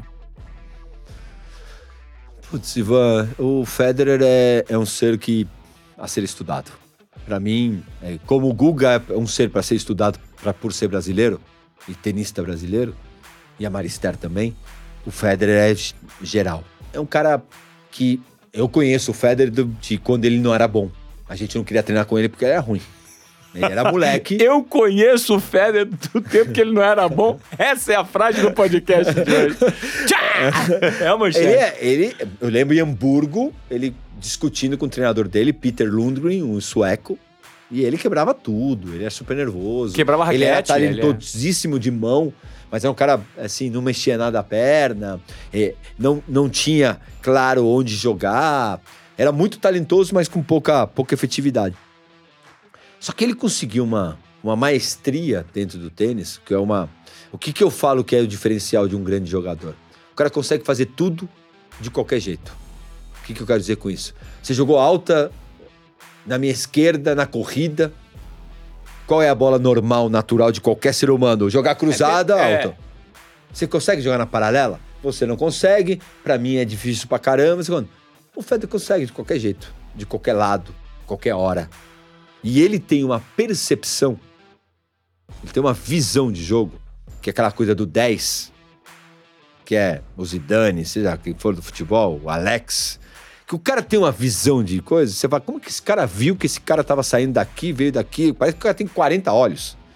Putz, Ivan, o Federer é, é um ser que a ser estudado. Para mim, é, como o Guga é um ser para ser estudado pra, por ser brasileiro, e tenista brasileiro, e a Marister também, o Federer é geral. É um cara que... Eu conheço o Federer de, de quando ele não era bom. A gente não queria treinar com ele porque ele era ruim. Ele era moleque. Eu conheço o Federer do tempo que ele não era bom. Essa é a frase do podcast de hoje. É a manchete. Ele, é, ele, eu lembro em Hamburgo, ele... discutindo com o treinador dele, Peter Lundgren, um sueco, e ele quebrava tudo, ele era super nervoso. Quebrava raquete. Ele era talentosíssimo de mão, mas era um cara, assim, não mexia nada a perna, não, não tinha claro onde jogar, era muito talentoso, mas com pouca, pouca efetividade. Só que ele conseguiu uma, uma maestria dentro do tênis, que é uma... O que, que eu falo que é o diferencial de um grande jogador? O cara consegue fazer tudo de qualquer jeito. O que, que eu quero dizer com isso? Você jogou alta na minha esquerda, na corrida. Qual é a bola normal, natural de qualquer ser humano? Jogar cruzada, é, alta. É. Você consegue jogar na paralela? Você não consegue. Pra mim é difícil pra caramba. O Federer consegue de qualquer jeito, de qualquer lado, qualquer hora. E ele tem uma percepção, ele tem uma visão de jogo, que é aquela coisa do dez, que é o Zidane, seja quem for do futebol, o Alex... Que o cara tem uma visão de coisa, você fala, como que esse cara viu que esse cara tava saindo daqui, veio daqui? Parece que o cara tem quarenta olhos.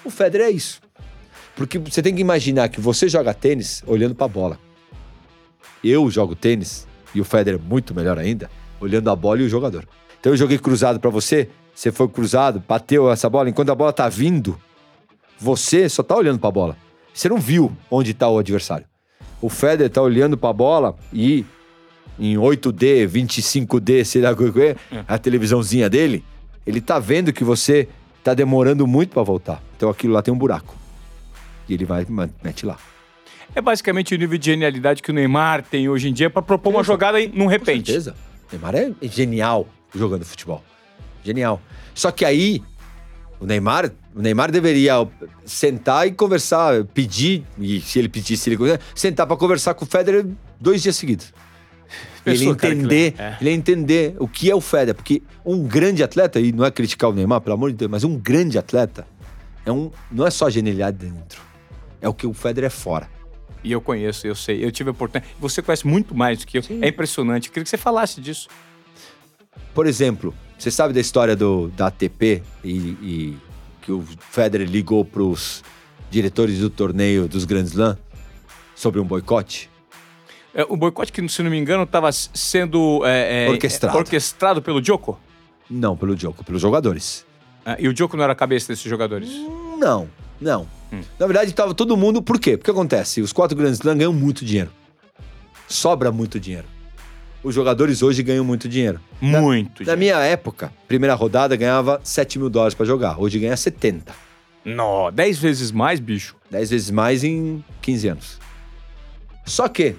O Federer é isso. Porque você tem que imaginar que você joga tênis olhando pra bola. Eu jogo tênis, e o Federer muito melhor ainda, olhando a bola e o jogador. Então eu joguei cruzado pra você, você foi cruzado, bateu essa bola, enquanto a bola tá vindo, você só tá olhando pra bola. Você não viu onde tá o adversário. O Federer tá olhando pra bola e em oito D, vinte e cinco D, sei lá o que é, a televisãozinha dele, ele tá vendo que você tá demorando muito pra voltar. Então aquilo lá tem um buraco. E ele vai e mete lá. É basicamente o nível de genialidade que o Neymar tem hoje em dia pra propor uma jogada aí, num repente. Com certeza. O Neymar é genial jogando futebol. Genial. Só que aí, o Neymar, o Neymar deveria sentar e conversar, pedir, e se ele pedisse, ele conversa, sentar pra conversar com o Federer dois dias seguidos. Ele entender, é. ele entender o que é o Federer. Porque um grande atleta, e não é criticar o Neymar, pelo amor de Deus, mas um grande atleta é um, não é só genialidade dentro. É o que o Federer é fora. E eu conheço, eu sei. Eu tive a oportunidade. Você conhece muito mais do que eu. Sim. É impressionante. Eu queria que você falasse disso. Por exemplo, você sabe da história do, da A T P e, e que o Federer ligou pros diretores do torneio dos Grand Slam sobre um boicote? É, o boicote que, se não me engano, estava sendo é, é, orquestrado. orquestrado pelo Djoko? Não, pelo Djoko, pelos jogadores. Ah, e o Djoko não era a cabeça desses jogadores? Não, não. Hum. Na verdade, estava todo mundo... Por quê? Porque acontece, os quatro Grand Slam ganham muito dinheiro. Sobra muito dinheiro. Os jogadores hoje ganham muito dinheiro. Muito na, dinheiro. Na minha época, primeira rodada ganhava sete mil dólares para jogar. Hoje ganha setenta. Nó, dez vezes mais, bicho. dez vezes mais em quinze anos. Só que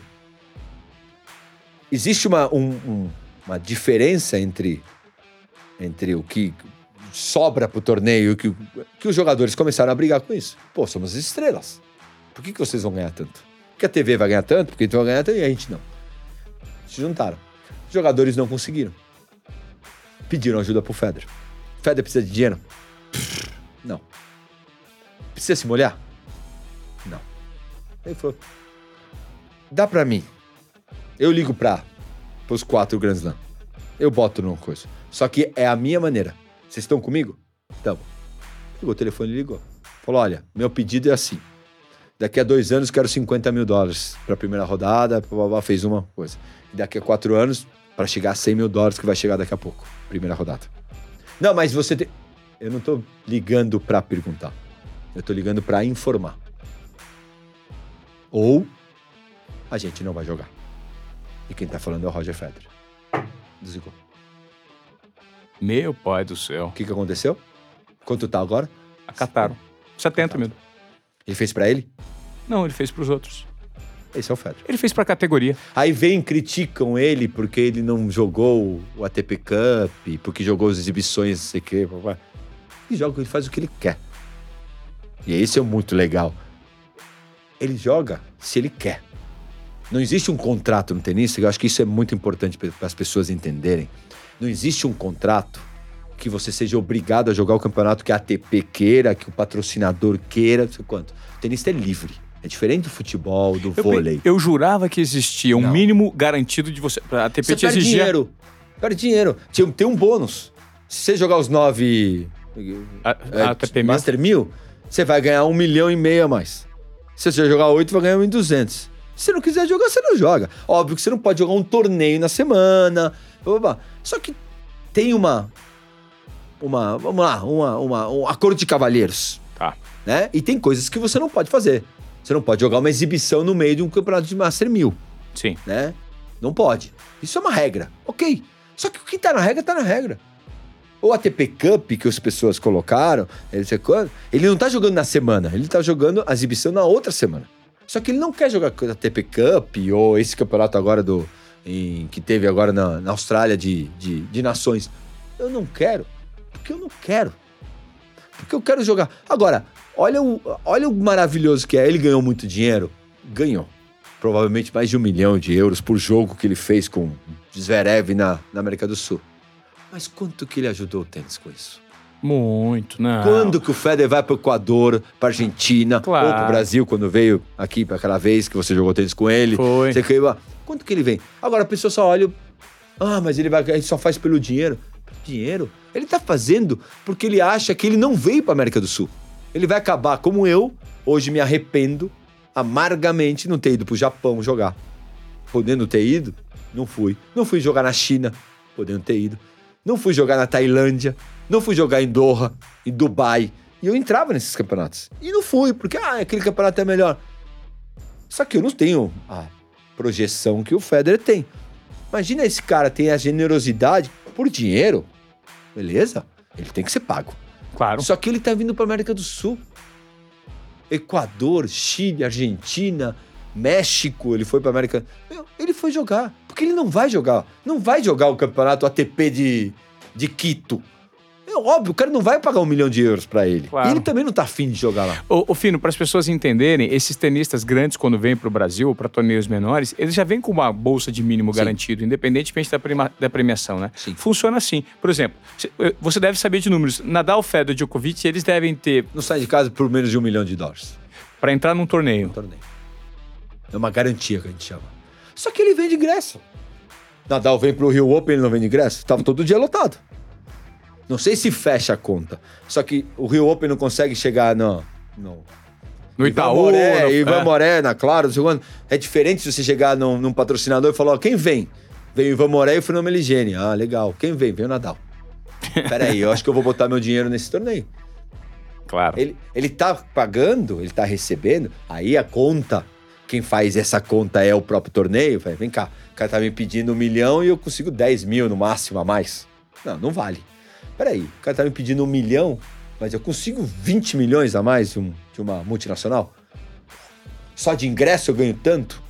existe uma, um, um, uma diferença entre, entre o que sobra pro torneio e que, que os jogadores começaram a brigar com isso. Pô, somos estrelas. Por que, que vocês vão ganhar tanto? Porque a T V vai ganhar tanto, porque a gente vai ganhar tanto e a gente não. Se juntaram. Os jogadores não conseguiram. Pediram ajuda pro Federer. Federer precisa de dinheiro? Não. Precisa se molhar? Não. Ele falou, dá pra mim. Eu ligo pra pros quatro Grand Slam. Eu boto numa coisa. Só que é a minha maneira. Vocês estão comigo? Então. Ligou o telefone e ligou. Falou, olha, meu pedido é assim. Daqui a dois anos quero cinquenta mil dólares pra primeira rodada. Babá, fez uma coisa. E daqui a quatro anos pra chegar a cem mil dólares que vai chegar daqui a pouco. Primeira rodada. Não, mas você tem... Eu não tô ligando pra perguntar. Eu tô ligando pra informar. Ou a gente não vai jogar. E quem tá falando é o Roger Federer. Desligou. Meu pai do céu. O que que aconteceu? Quanto tá agora? Acataram. setenta mil. Ele fez pra ele? Não, ele fez pros outros. Esse é o Federer. Ele fez pra categoria. Aí vem, criticam ele porque ele não jogou o A T P Cup, porque jogou as exibições, não sei o quê. Papá. Ele joga, ele faz o que ele quer. E esse é muito legal. Ele joga se ele quer. Não existe um contrato no tenista, eu acho que isso é muito importante para as pessoas entenderem. Não existe um contrato que você seja obrigado a jogar o campeonato que a A T P queira, que o patrocinador queira, não sei quanto. O tenista é livre. É diferente do futebol, do eu, vôlei. Eu jurava que existia um não. mínimo garantido de você. A ATP você te perde exigia... dinheiro. Perde dinheiro. Tem um bônus. Se você jogar os nove... A, é, a ATP Master mil, você vai ganhar um milhão e meio a mais. Se você jogar oito, vai ganhar um e duzentos. Se você não quiser jogar, você não joga. Óbvio que você não pode jogar um torneio na semana. Blá, blá, blá. Só que tem uma... Uma... Vamos lá. Uma, uma, um acordo de cavalheiros. Tá. Né? E tem coisas que você não pode fazer. Você não pode jogar uma exibição no meio de um campeonato de Master mil. Sim. Né? Não pode. Isso é uma regra. Ok. Só que o que tá na regra, tá na regra. O A T P Cup que as pessoas colocaram, ele, ele não tá jogando na semana, ele tá jogando a exibição na outra semana. Só que ele não quer jogar a T P Cup ou esse campeonato agora do em, que teve agora na, na Austrália de, de, de nações. Eu não quero. Porque eu não quero. Porque eu quero jogar. Agora, olha o, olha o maravilhoso que é. Ele ganhou muito dinheiro? Ganhou. Provavelmente mais de um milhão de euros por jogo que ele fez com Zverev na, na América do Sul. Mas quanto que ele ajudou o tênis com isso? Muito, não. Quando que o Federer vai pro Equador, pra Argentina, claro. ou pro Brasil, quando veio aqui pra aquela vez que você jogou tênis com ele? Foi. Você caiu, quanto que ele vem? Agora a pessoa só olha, ah, mas ele, vai, ele só faz pelo dinheiro. Dinheiro? Ele tá fazendo porque ele acha que ele não veio pra América do Sul. Ele vai acabar como eu, hoje me arrependo amargamente não ter ido pro Japão jogar. Podendo ter ido, não fui. Não fui jogar na China, podendo ter ido. Não fui jogar na Tailândia, não fui jogar em Doha, em Dubai. E eu entrava nesses campeonatos. E não fui, porque ah, aquele campeonato é melhor. Só que eu não tenho a projeção que o Federer tem. Imagina esse cara ter a generosidade por dinheiro. Beleza? Ele tem que ser pago. Claro. Só que ele tá vindo pra América do Sul. Equador, Chile, Argentina, México, ele foi pra América... Meu, ele foi jogar. Porque ele não vai jogar. Não vai jogar o campeonato A T P de, de Quito. É óbvio, o cara não vai pagar um milhão de euros pra ele. Claro. E ele também não tá afim de jogar lá. Ô, ô Fino, para as pessoas entenderem, esses tenistas grandes, quando vêm pro Brasil, para torneios menores, eles já vêm com uma bolsa de mínimo Sim. garantido, independentemente da, prima, da premiação, né? Sim. Funciona assim. Por exemplo, você deve saber de números. Nadal, Federer, Djokovic, eles devem ter... Não sai de casa por menos de um milhão de dólares. Para entrar num torneio. Um torneio. É uma garantia que a gente chama. Só que ele vende ingresso. Nadal vem pro Rio Open, ele não vende ingresso? Tava todo dia lotado. Não sei se fecha a conta. Só que o Rio Open não consegue chegar no... No, no Itaú. Moré, no... Ivan é. Moré, na Claro, segundo. É diferente se você chegar num, num patrocinador e falar, ó, quem vem? Vem o Ivan Moré e o Fernando Meligeni. Ah, legal. Quem vem? Vem o Nadal. Peraí, eu acho que eu vou botar meu dinheiro nesse torneio. Claro. Ele, ele tá pagando, ele tá recebendo, aí a conta, quem faz essa conta é o próprio torneio. Fala, vem cá, o cara tá me pedindo um milhão e eu consigo dez mil no máximo a mais. Não, não vale. Peraí, o cara tá me pedindo um milhão, mas eu consigo vinte milhões a mais de, um, de uma multinacional? Só de ingresso eu ganho tanto?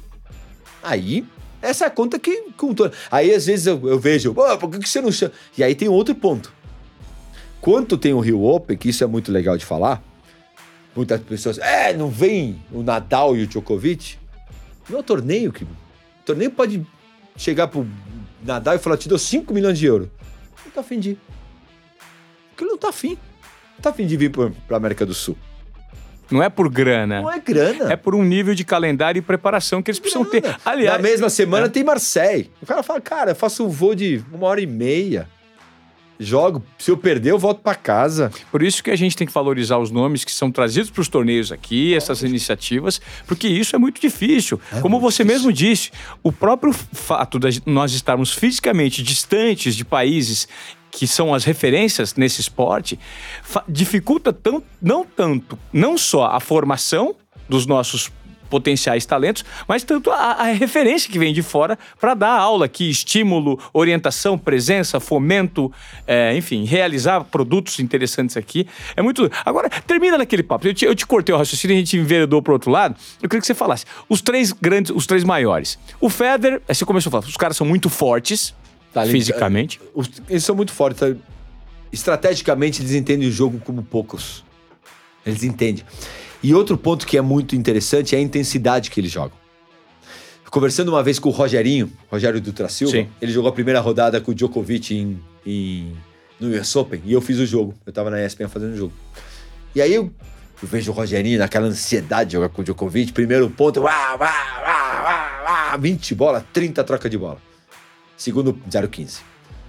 Aí, essa é a conta que... que aí, às vezes, eu, eu vejo, oh, por que, que você não chama? E aí tem outro ponto. Quanto tem o Rio Open, que isso é muito legal de falar, muitas pessoas, é, não vem o Nadal e o Djokovic? Não é um torneio que... O torneio pode chegar pro Nadal e falar, te dou cinco milhões de euros. Não tá afim de ir. Porque ele não tá afim. Não tá afim de vir pra, pra América do Sul. Não é por grana. Não é grana. É por um nível de calendário e preparação que eles precisam ter. Aliás, na mesma semana é. tem Marseille. O cara fala, cara, eu faço um voo de uma hora e meia. Jogo. Se eu perder, eu volto pra casa. Por isso que a gente tem que valorizar os nomes que são trazidos para os torneios aqui, essas iniciativas, porque isso é muito difícil. É Como muito você difícil. mesmo disse, o próprio fato de nós estarmos fisicamente distantes de países que são as referências nesse esporte, dificulta tão, não tanto, não só a formação dos nossos potenciais talentos, mas tanto a, a referência que vem de fora para dar aula aqui, estímulo, orientação, presença, fomento, é, enfim, realizar produtos interessantes aqui. É muito... Agora, termina naquele papo. Eu te, eu te cortei o raciocínio, a gente enveredou pro outro lado. Eu queria que você falasse. Os três grandes, os três maiores. O Federer, aí você começou a falar, os caras são muito fortes, tá, fisicamente. Os, eles são muito fortes. Tá? Estrategicamente, eles entendem o jogo como poucos. Eles entendem. E outro ponto que é muito interessante é a intensidade que eles jogam. Conversando uma vez com o Rogerinho, Rogério Dutra Silva, Sim. ele jogou a primeira rodada com o Djokovic em, em, no U S Open, e eu fiz o jogo. Eu tava na E S P N fazendo o jogo. E aí eu, eu vejo o Rogerinho naquela ansiedade de jogar com o Djokovic, primeiro ponto, uá, uá, uá, uá, uá, vinte bola, trinta troca de bola. Segundo, zero vírgula quinze.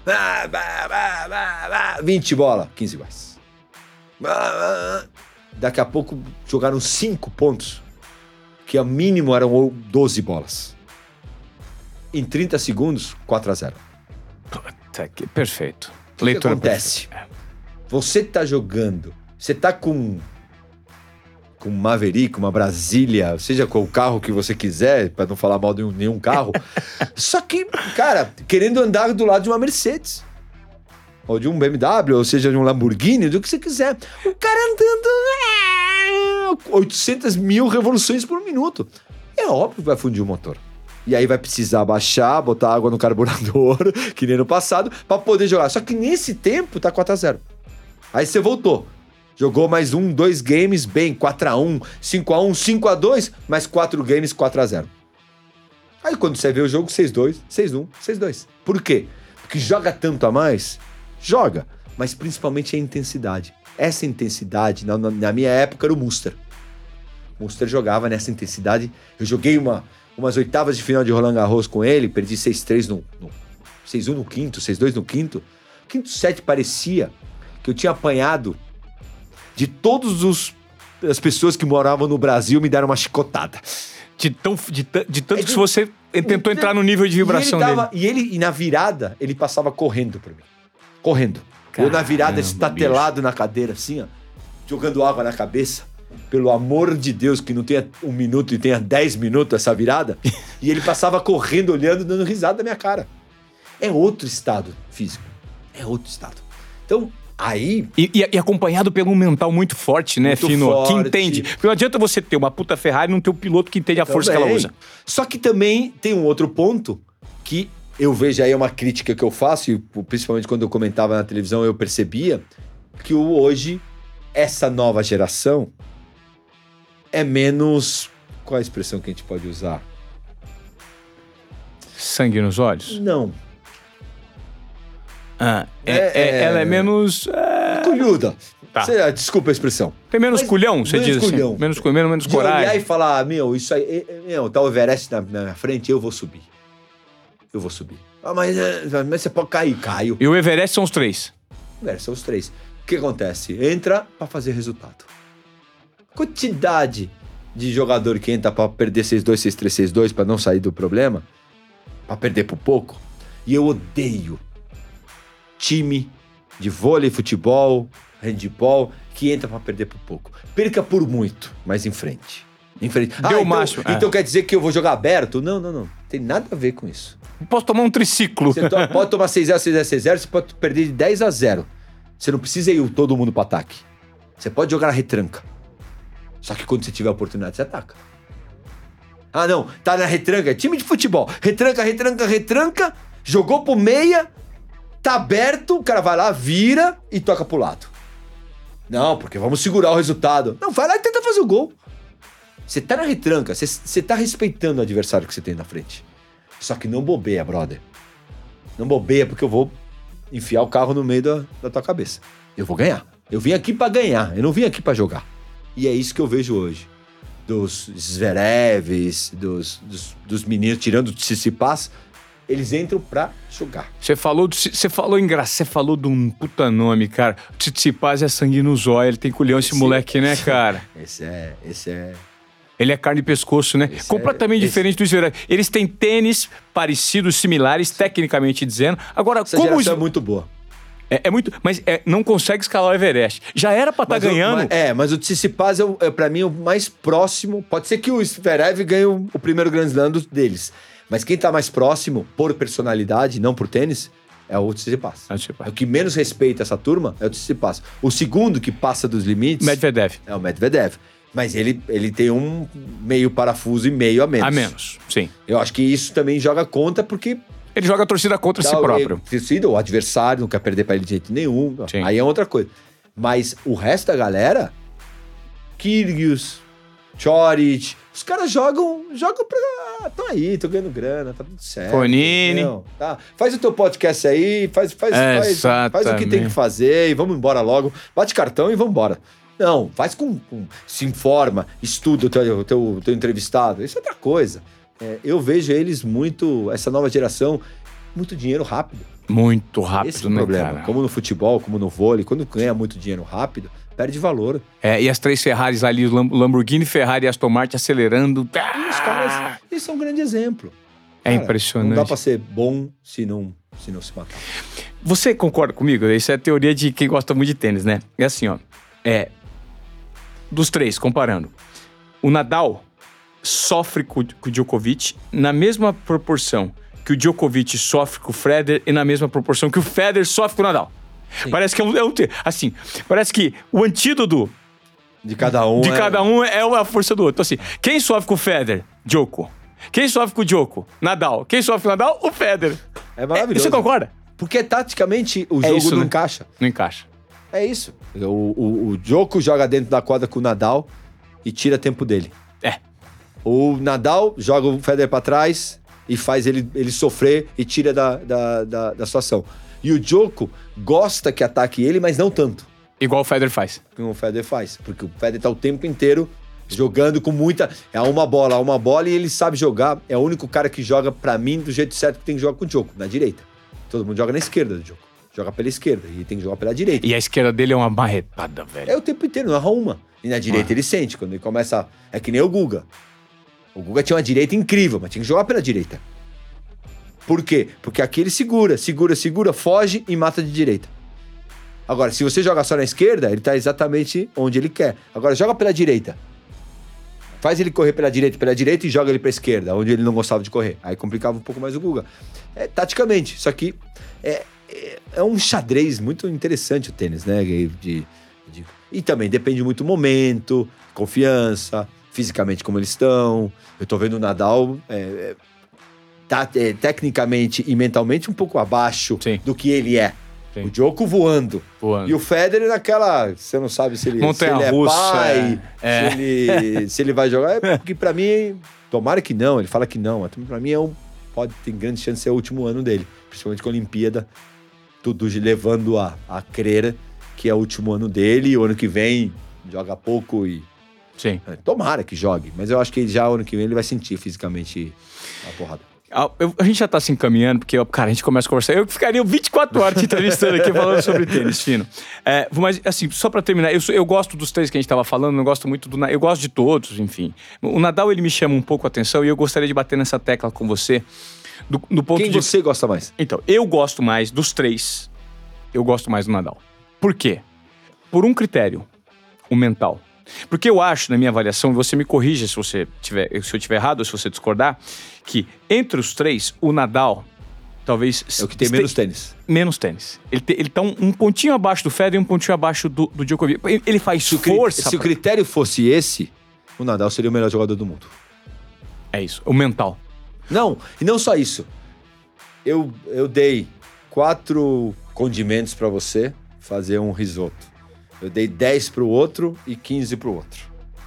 vinte bola, quinze iguais. Daqui a pouco jogaram cinco pontos, que a mínimo eram doze bolas. Em trinta segundos, quatro a zero. Puta que... Perfeito. O que, que acontece? Perfeita. Você tá jogando, você tá com com um Maverick, uma Brasília, seja com o carro que você quiser, para não falar mal de nenhum carro. Só que, cara, querendo andar do lado de uma Mercedes. Ou de um B M W, ou seja, de um Lamborghini, do que você quiser. O cara andando oitocentas mil revoluções por minuto. É óbvio que vai fundir o motor. E aí vai precisar baixar, botar água no carburador, que nem no passado, pra poder jogar. Só que nesse tempo tá quatro a zero. Aí você voltou. Jogou mais um, dois games, bem, quatro a um, cinco a um, cinco a dois, mais quatro games, quatro a zero. Aí quando você vê o jogo, seis a dois, seis a um, seis a dois. Por quê? Porque joga tanto a mais... Joga, mas principalmente a intensidade. Essa intensidade, na, na minha época, era o Muster. O Muster jogava nessa intensidade. Eu joguei uma, umas oitavas de final de Roland Garros com ele, perdi seis a três no, no seis a um no quinto, seis a dois no quinto. O quinto set parecia que eu tinha apanhado de todos os as pessoas que moravam no Brasil me deram uma chicotada. De, tão, de, de tanto É, que você tentou entrar no nível de vibração e ele tava, dele. E ele, e na virada, ele passava correndo por mim. Correndo. Eu na virada, Caramba, estatelado na cadeira, assim, ó. Jogando água na cabeça. Pelo amor de Deus, que não tenha um minuto e tenha dez minutos essa virada. E ele passava correndo, olhando, dando risada na minha cara. É outro estado físico. É outro estado. Então, aí... E, e, e acompanhado pelo um mental muito forte, né, Muito Fino? forte. Que entende. Porque não adianta você ter uma puta Ferrari e não ter um piloto que entende a força que ela Também. usa. Só que também tem um outro ponto que eu vejo aí, é uma crítica que eu faço, e principalmente quando eu comentava na televisão, eu percebia que o- hoje, essa nova geração é menos... Qual é a expressão que a gente pode usar? Sangue nos olhos? Não. Ah, é, É, é- é- ela é menos... é, Colhuda. Tá. Sei- desculpa a expressão. tem menos Mas culhão, você menos diz culhão. assim. Menos culhão, menos, menos De olhar coragem. e falar, meu, isso aí, é- é- meu, tá o Everest na, na minha frente, eu vou subir. Eu vou subir. Ah, mas, é, mas você pode cair. Caio. E o Everest são os três. Velho, são os três. O que acontece? Entra pra fazer resultado. Quantidade de jogador que entra pra perder seis dois, seis três, seis dois pra não sair do problema, pra perder por pouco. E eu odeio time de vôlei, futebol, handball, que entra pra perder por pouco. Perca por muito, mas em frente. Em frente. Deu o então, máximo, é. Então quer dizer que eu vou jogar aberto? Não, não, não. Tem nada a ver com isso. Posso tomar um triciclo. Você to- pode tomar seis a zero, seis a zero, seis a zero, você pode perder de dez a zero. Você não precisa ir todo mundo pro ataque. Você pode jogar na retranca. Só que quando você tiver a oportunidade, você ataca. Ah, não. Tá na retranca. É time de futebol. Retranca, retranca, retranca. Jogou pro meia. Tá aberto. O cara vai lá, vira e toca pro lado. Não, porque vamos segurar o resultado. Não, vai lá e tenta fazer o gol. Você tá na retranca. Você, você tá respeitando o adversário que você tem na frente. Só que não bobeia, brother. Não bobeia, porque eu vou enfiar o carro no meio da, da tua cabeça. Eu vou ganhar. Eu vim aqui pra ganhar. Eu não vim aqui pra jogar. E é isso que eu vejo hoje. Dos Zverevs, dos, dos, dos meninos, tirando o Tsitsipas, eles entram pra jogar. Você falou, do- você falou engraçado, você falou de um puta nome, cara. O Tsitsipas é sangue no zóio, ele tem culhão esse Esse- moleque, né, cara? Esse é... Esse é... Ele é carne e pescoço, né? Esse Completamente é- diferente do Zverev. Eles têm tênis parecidos, similares, tecnicamente dizendo. Agora, Essa como geração os... é muito boa. é, é muito, mas é, não consegue escalar o Everest. Já era pra estar Mas o- ganhando. mas- é, mas o Tsitsipas é, o- é pra mim o mais próximo. Pode ser que o Zverev ganhe o, o primeiro Grand Slam dos- deles. Mas quem tá mais próximo, por personalidade, não por tênis, é o Tsitsipas. É o Tsitsipas. É o que menos respeita essa turma é o Tsitsipas. O segundo que passa dos limites Medvedev. é o Medvedev. Mas ele, ele tem um meio parafuso e meio a menos. A menos, sim. Eu acho que isso também joga contra, porque Ele joga a torcida contra si dá o- próprio. ele- o adversário não quer perder pra ele de jeito nenhum. Sim. Aí é outra coisa. Mas o resto da galera, Kyrgios, Chorich, os caras jogam, jogam pra... Ah, tô aí, tô ganhando grana, tá tudo certo. Fonini. entendeu? Tá. Faz o teu podcast aí, faz, faz, faz, faz o que tem que Exatamente. fazer e vamos embora logo. Bate cartão e vamos embora. Não, faz com, com- se informa, estuda o teu, o teu, o teu entrevistado. Isso é outra coisa. É, eu vejo eles muito, essa nova geração, muito dinheiro rápido. Muito rápido, Esse é o né, problema. cara? Como no futebol, como no vôlei, quando ganha muito dinheiro rápido, perde valor. É, e as três Ferraris ali, o Lam- Lamborghini, Ferrari e Aston Martin acelerando. E os caras, isso é um grande exemplo. É Cara, impressionante. Não dá pra ser bom se não se, não se matar. Você concorda comigo? Isso é a teoria de quem gosta muito de tênis, né? É assim, ó. É. Dos três, comparando. O Nadal sofre com, com o Djokovic na mesma proporção que o Djokovic sofre com o Federer e na mesma proporção que o Federer sofre com o Nadal. Sim. Parece que é um, é um. te- Assim, parece que o antídoto De cada um. de é- cada um é a força do outro. Então, assim, quem sofre com o Federer? Djoko. Quem sofre com o Djoko? Nadal. Quem sofre com o Nadal? O Federer. É maravilhoso. Você concorda? Porque taticamente o É jogo isso, não né? encaixa. Não encaixa. É isso. O, o, o Djoko joga dentro da quadra com o Nadal e tira tempo dele. É. O Nadal joga o Federer pra trás e faz ele, ele sofrer e tira da, da, da, da situação. E o Djoko gosta que ataque ele, mas não tanto Igual o Federer faz. como o Federer faz. Porque o Federer tá o tempo inteiro jogando com muita... É uma bola, uma bola e ele sabe jogar. É o único cara que joga, pra mim, do jeito certo que tem que jogar com o Djoko, na direita. Todo mundo joga na esquerda do Djoko. Joga pela esquerda e tem que jogar pela direita. E a esquerda dele é uma marretada, velho. É o tempo inteiro, não erra uma. E na direita Ah. ele sente, quando ele começa... É que nem o Guga. O Guga tinha uma direita incrível, mas tinha que jogar pela direita. Por quê? Porque aqui ele segura, segura, segura, foge e mata de direita. Agora, se você joga só na esquerda, ele tá exatamente onde ele quer. Agora, joga pela direita. Faz ele correr pela direita, pela direita e joga ele pra esquerda, onde ele não gostava de correr. Aí complicava um pouco mais o Guga. É, taticamente, isso aqui é, é, é um xadrez muito interessante o tênis, né? De, de, e também depende muito do momento, confiança, fisicamente como eles estão. Eu tô vendo o Nadal é, é, tá, é, tecnicamente e mentalmente um pouco abaixo Sim. do que ele é. Sim. O Djoko voando. voando. E o Federer naquela... Você não sabe se ele, se ele é pai, é. Se, ele, se ele vai jogar. É porque pra mim, tomara que não, ele fala que não. Mas pra mim é um, pode ter grande chance de ser o último ano dele. Principalmente com a Olimpíada. Tudo levando a, a crer que é o último ano dele. E o ano que vem joga pouco e... Sim. É, tomara que jogue. Mas eu acho que já o ano que vem ele vai sentir fisicamente a porrada. A, eu- a gente já tá se encaminhando, porque, cara, a gente começa a conversar. Eu ficaria vinte e quatro horas te entrevistando aqui falando sobre tênis fino. É, mas, assim, só pra terminar, eu, sou- eu gosto dos três que a gente tava falando, não gosto muito do... Na- Eu gosto de todos, enfim. O Nadal, ele me chama um pouco a atenção e eu gostaria de bater nessa tecla com você. Do, do ponto Quem de... você gosta mais? Então, eu gosto mais dos três. Eu gosto mais do Nadal. Por quê? Por um critério, o mental. Porque eu acho, na minha avaliação, e você me corrija se, você tiver, se eu estiver errado ou se você discordar, que entre os três, o Nadal talvez... É o que tem este- menos tênis. Menos tênis. Ele, te- ele tá um, um pontinho abaixo do Federer e um pontinho abaixo do, do Djokovic. Ele- Ele faz Se o, cri- força. se o pra- critério fosse esse, o Nadal seria o melhor jogador do mundo. É isso, o mental. Não, e não só isso. Eu, eu dei quatro condimentos pra você fazer um risoto. Eu dei dez pro outro e quinze pro outro.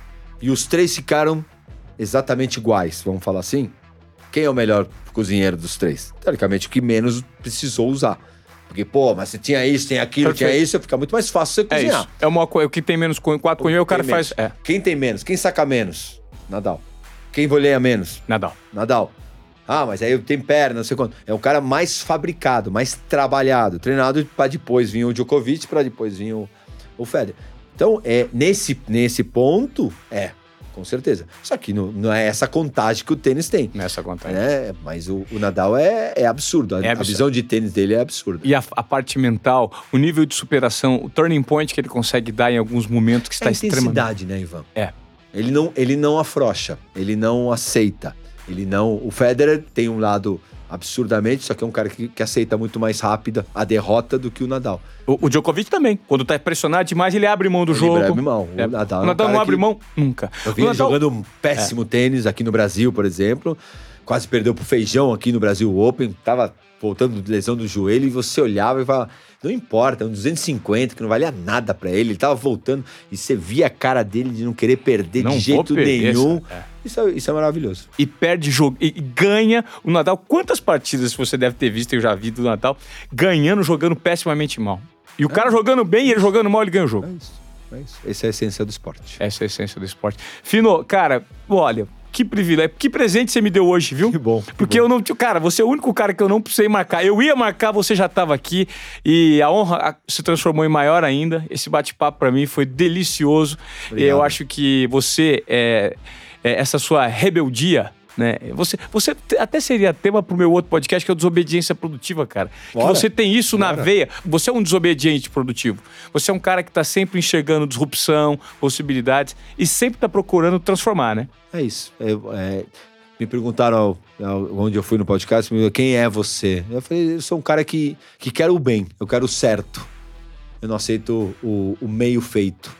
E os três ficaram exatamente iguais, vamos falar assim? Quem é o melhor cozinheiro dos três? Teoricamente, o que menos precisou usar. Porque, pô, mas você tinha isso, tem aquilo, Perfeito. tinha isso, fica muito mais fácil você É cozinhar. isso. É uma coisa. O que tem menos co- quatro conheceu, o cara Tem faz. menos. É, Quem tem menos? Quem saca menos? Nadal. Quem voleia menos? Nadal. Nadal. Ah, mas aí tem perna, não sei quanto. É um cara mais fabricado, mais trabalhado, treinado pra depois vir o Djokovic, pra depois vir o, o Federer. Então, é, nesse, nesse ponto, é, com certeza. Só que não, não é essa contagem que o tênis tem. Nessa contagem. É, mas o, o Nadal é, é absurdo. A, É a absurdo. visão de tênis dele é absurda. E a, a parte mental, o nível de superação, o turning point que ele consegue dar em alguns momentos que É está a extremamente... intensidade, né, Ivan? É. Ele não, ele não afrouxa, ele não aceita. Ele não. O Federer tem um lado absurdamente, só que é um cara que, que aceita muito mais rápida a derrota do que o Nadal. O, o Djokovic também. Quando tá pressionado demais, ele abre mão do Ele jogo. abre mão. O É. Nadal é O um Nadal cara não abre que- mão nunca. Eu vi O ele Nadal- jogando um péssimo tênis aqui no Brasil, por exemplo. Quase perdeu pro Feijão aqui no Brasil Open. Tava voltando de lesão do joelho e você olhava e falava, não importa, é um duzentos e cinquenta que não valia nada pra ele. Ele tava voltando e você via a cara dele de não querer perder Não de vou jeito perder, nenhum. sabe? É. Isso, é, isso é maravilhoso. E perde jogo. E, e ganha o Nadal. Quantas partidas você deve ter visto, eu já vi do Nadal, ganhando, jogando pessimamente mal. E o cara jogando bem e ele jogando mal, ele ganha o jogo. É isso. É isso. Essa é a essência do esporte. Essa é a essência do esporte. Fino, cara, olha, que privilégio, que presente você me deu hoje, viu? Que bom, que Porque bom. eu não. Cara, você é o único cara que eu não precisei marcar. Eu ia marcar, você já estava aqui. E a honra a- se transformou em maior ainda. Esse bate-papo pra mim foi delicioso. Obrigado. Eu acho que você, é, é, essa sua rebeldia. Né? Você, você te- até seria tema pro meu outro podcast, que é o Desobediência Produtiva, cara. Bora. Que você tem isso na Bora. veia. Você é um desobediente produtivo. Você é um cara que tá sempre enxergando disrupção, possibilidades e sempre tá procurando transformar, né? É isso. É, é, me perguntaram ao- onde eu fui no podcast, me- quem é você? Eu falei, eu sou um cara que, que quero o bem, eu quero o certo. Eu não aceito o, o meio feito.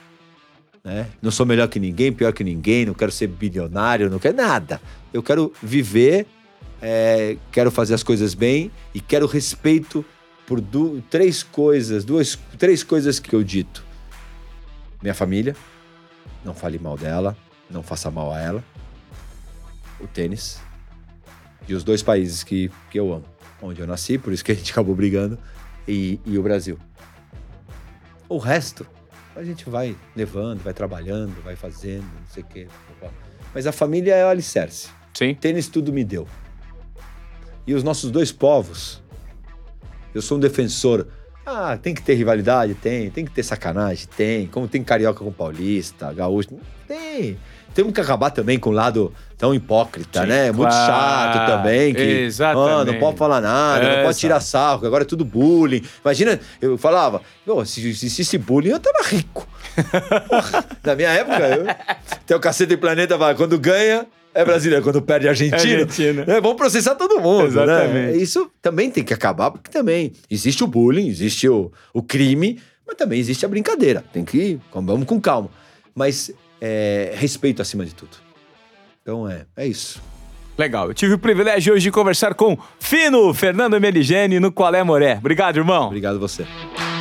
Né? Não sou melhor que ninguém, pior que ninguém, não quero ser bilionário, não quero nada. Eu quero viver, é, quero fazer as coisas bem e quero respeito por du- três coisas, duas, três coisas que eu dito. Minha família, não fale mal dela, não faça mal a ela. O tênis e os dois países que, que eu amo. Onde eu nasci, por isso que a gente acabou brigando, e, e o Brasil. O resto, a gente vai levando, vai trabalhando, vai fazendo, não sei o quê. Mas a família é o alicerce. Sim. Tênis tudo me deu. E os nossos dois povos, eu sou um defensor Ah, tem que ter rivalidade? Tem. Tem que ter sacanagem? Tem. Como tem carioca com paulista, gaúcho? Tem. Temos que acabar também com o lado tão hipócrita, Sim, né? Muito claro. chato também. Que, Exatamente. Ah, não pode falar nada, é, não pode tirar sarro, agora é tudo bullying. Imagina, eu falava, oh, se existisse bullying, eu tava rico. Porra, na minha época, eu, tem o Cacete e Planeta, vai, quando ganha, é brasileiro, quando perde a Argentina, é Argentina. É, vamos processar todo mundo, Exatamente. né? Isso também tem que acabar, porque também existe o bullying, existe o, o crime, mas também existe a brincadeira. Tem que ir, vamos com calma. Mas é, respeito acima de tudo. Então é, é isso. Legal. Eu tive o privilégio hoje de conversar com Fino Fernando Meligeni no Qual é Moré. Obrigado, irmão. Obrigado a você.